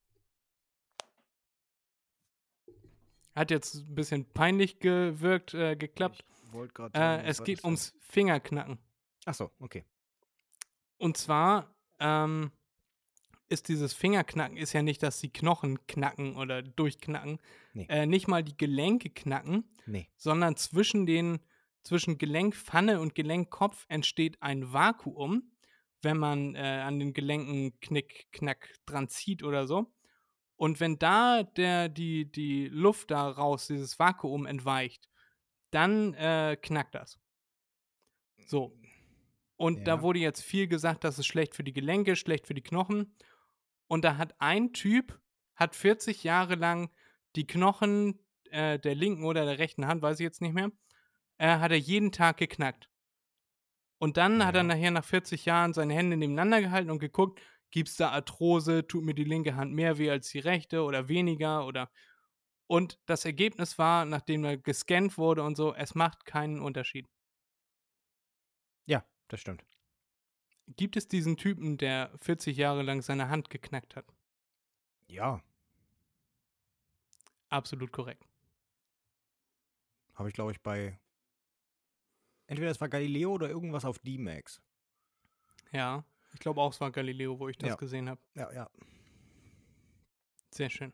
Hat jetzt ein bisschen peinlich gewirkt, äh, geklappt. Ich wollte gerade Äh, sagen, es was geht ist das? ums Fingerknacken. Achso, okay. Und zwar ähm, ist dieses Fingerknacken ist ja nicht, dass die Knochen knacken oder durchknacken. Nee. Äh, nicht mal die Gelenke knacken, Nee. sondern zwischen den zwischen Gelenkpfanne und Gelenkkopf entsteht ein Vakuum, wenn man äh, an den Gelenken Knick, Knack dran zieht oder so. Und wenn da der, die, die Luft da raus, dieses Vakuum entweicht, dann äh, knackt das. So. Und Ja. da wurde jetzt viel gesagt, das ist schlecht für die Gelenke, schlecht für die Knochen. Und da hat ein Typ, hat vierzig Jahre lang die Knochen äh, der linken oder der rechten Hand, weiß ich jetzt nicht mehr, äh, hat er jeden Tag geknackt. Und dann Ja. hat er nachher nach vierzig Jahren seine Hände nebeneinander gehalten und geguckt, gibt es da Arthrose, tut mir die linke Hand mehr weh als die rechte oder weniger oder. Und das Ergebnis war, nachdem er gescannt wurde und so, es macht keinen Unterschied. Ja, das stimmt. Gibt es diesen Typen, der vierzig Jahre lang seine Hand geknackt hat? Ja, Absolut korrekt. habe ich, glaube ich, bei. Entweder es war Galileo oder irgendwas auf D-Max. Ja, ich glaube auch, es war Galileo, wo ich das Ja. gesehen habe. Ja, ja. Sehr schön.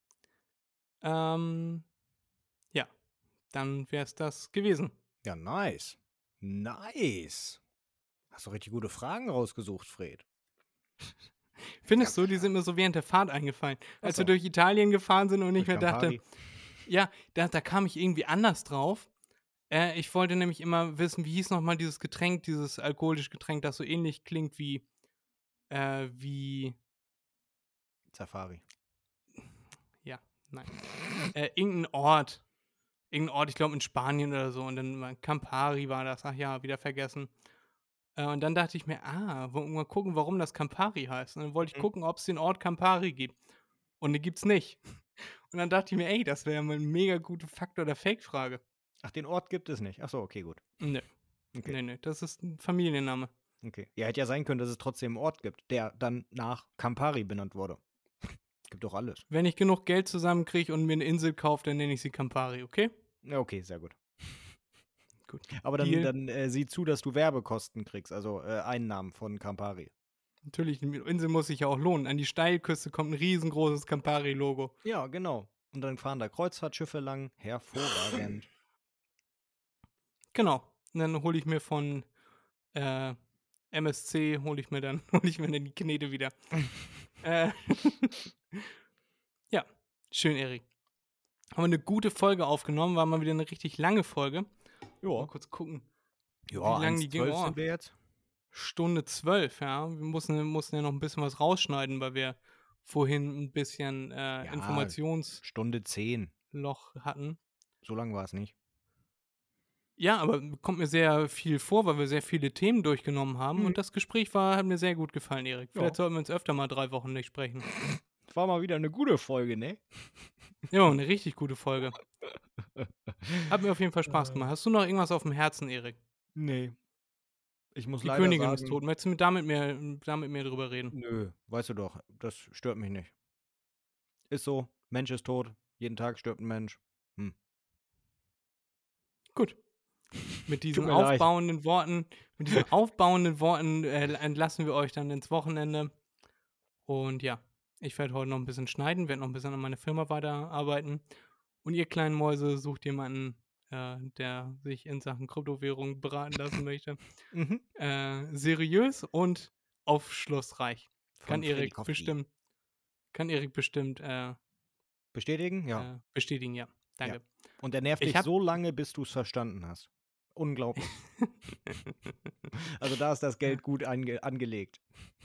Ähm, ja, dann wäre es das gewesen. Ja, nice. Nice. Hast du richtig gute Fragen rausgesucht, Fred. Findest du, die sind mir so während der Fahrt eingefallen. Als Ach so. wir durch Italien gefahren sind und ich Durch mir dachte, Campari. ja, da, da kam ich irgendwie anders drauf. Äh, ich wollte nämlich immer wissen, wie hieß nochmal dieses Getränk, dieses alkoholische Getränk, das so ähnlich klingt wie, äh, wie, Safari. ja, nein, äh, irgendein Ort. Irgendein Ort, ich glaube in Spanien oder so. Und dann mal Campari war das. Ach ja, wieder vergessen. Äh, und dann dachte ich mir, ah, wo, mal gucken, warum das Campari heißt. Und dann wollte ich Mhm. gucken, ob es den Ort Campari gibt. Und den gibt's nicht. Und dann dachte ich mir, ey, das wäre mal eine mega gute Fakt- oder Fake-Frage. Ach, den Ort gibt es nicht. Ach so, okay, gut. Nö. Okay. Nee, nee, das ist ein Familienname. Okay. Ja, hätte ja sein können, dass es trotzdem einen Ort gibt, der dann nach Campari benannt wurde. Gibt doch alles. Wenn ich genug Geld zusammenkriege und mir eine Insel kaufe, dann nenne ich sie Campari, okay? Ja, okay, sehr gut. Gut. Aber dann, Deal. dann äh, sieh zu, dass du Werbekosten kriegst, also äh, Einnahmen von Campari. Natürlich, die Insel muss sich ja auch lohnen. An die Steilküste kommt ein riesengroßes Campari-Logo. Ja, genau. Und dann fahren da Kreuzfahrtschiffe lang. Hervorragend. Genau. Und dann hole ich mir von äh, M S C, hole ich mir dann, hole ich mir dann die Knete wieder. äh, ja, schön, Erik. Haben wir eine gute Folge aufgenommen, war mal wieder eine richtig lange Folge. Ja. Mal kurz gucken. Ja, Wie lange die ging? zwölf Oh. sind wir jetzt. Stunde zwölf, ja. Wir mussten, mussten ja noch ein bisschen was rausschneiden, weil wir vorhin ein bisschen äh, Ja, Informationsloch Stunde zehn. hatten. So lang war es nicht. Ja, aber kommt mir sehr viel vor, weil wir sehr viele Themen durchgenommen haben. Mhm. Und das Gespräch war, hat mir sehr gut gefallen, Erik. Ja. Vielleicht sollten wir uns öfter mal drei Wochen nicht sprechen. War mal wieder eine gute Folge, ne? Ja, eine richtig gute Folge. Hat mir auf jeden Fall Spaß gemacht. Hast du noch irgendwas auf dem Herzen, Erik? Nee. Ich muss Die leider Königin sagen, ist tot. Möchtest du mit damit mehr, damit mehr drüber reden? Nö, weißt du doch, das stört mich nicht. Ist so, Mensch ist tot, jeden Tag stirbt ein Mensch. Hm. Gut. Mit diesen mir leid. aufbauenden Worten, mit diesen aufbauenden Worten äh, entlassen wir euch dann ins Wochenende. Und ja, ich werde heute noch ein bisschen schneiden, werde noch ein bisschen an meiner Firma weiterarbeiten. Und ihr kleinen Mäuse sucht jemanden, äh, der sich in Sachen Kryptowährung beraten lassen möchte. Mhm. Äh, seriös und aufschlussreich. Von Kann Erik Freddy Kowski. bestimmt, kann Erik bestimmt äh, Bestätigen? Ja. äh, bestätigen, ja. Danke. Und er nervt ich dich hab- so lange, bis du es verstanden hast. Unglaublich. Also da ist das Geld gut ange angelegt.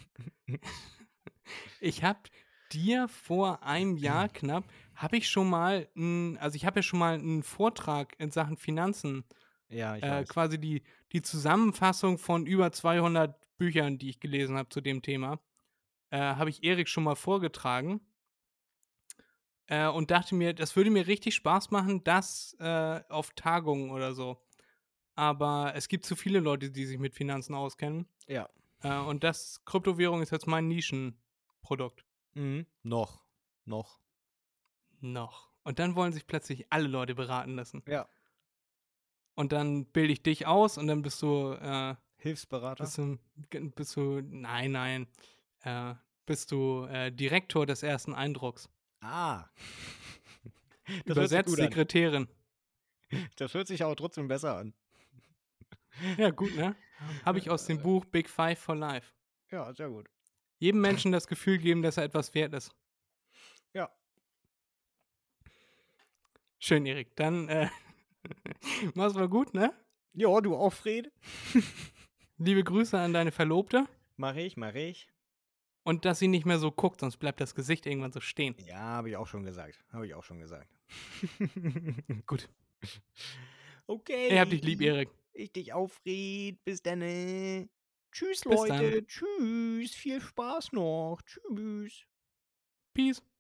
Ich habe dir vor einem Jahr knapp, habe ich schon mal, n, also ich habe ja schon mal einen Vortrag in Sachen Finanzen, Ja, ich äh, weiß. quasi die, die Zusammenfassung von über zweihundert Büchern, die ich gelesen habe zu dem Thema, äh, habe ich Erik schon mal vorgetragen äh, und dachte mir, das würde mir richtig Spaß machen, das äh, auf Tagungen oder so. Aber es gibt zu viele Leute, die sich mit Finanzen auskennen. Ja. Äh, und das Kryptowährung ist jetzt mein Nischenprodukt. Mhm. Noch. Noch. Noch. Und dann wollen sich plötzlich alle Leute beraten lassen. Ja. Und dann bilde ich dich aus und dann bist du, äh, Hilfsberater. bist du, g- bist du, nein, nein, äh, bist du äh, Direktor des ersten Eindrucks. Ah. Das hört sich Übersetzt gut an. Sekretärin. Das hört sich aber trotzdem besser an. Ja, gut, ne? Habe ich aus dem Buch Big Five for Life. Ja, sehr gut. Jedem Menschen das Gefühl geben, dass er etwas wert ist. Ja. Schön, Erik. Dann, äh, mach's mal gut, ne? Ja, du auch, Fred? Liebe Grüße an deine Verlobte. Mach ich, mach ich. Und dass sie nicht mehr so guckt, sonst bleibt das Gesicht irgendwann so stehen. Ja, habe ich auch schon gesagt. Habe ich auch schon gesagt. Gut. Okay. Ich hab dich lieb, Erik. Ich dich auch, Fred. Bis dann. Tschüss, Bis Leute. dann. Tschüss. Viel Spaß noch. Tschüss. Peace.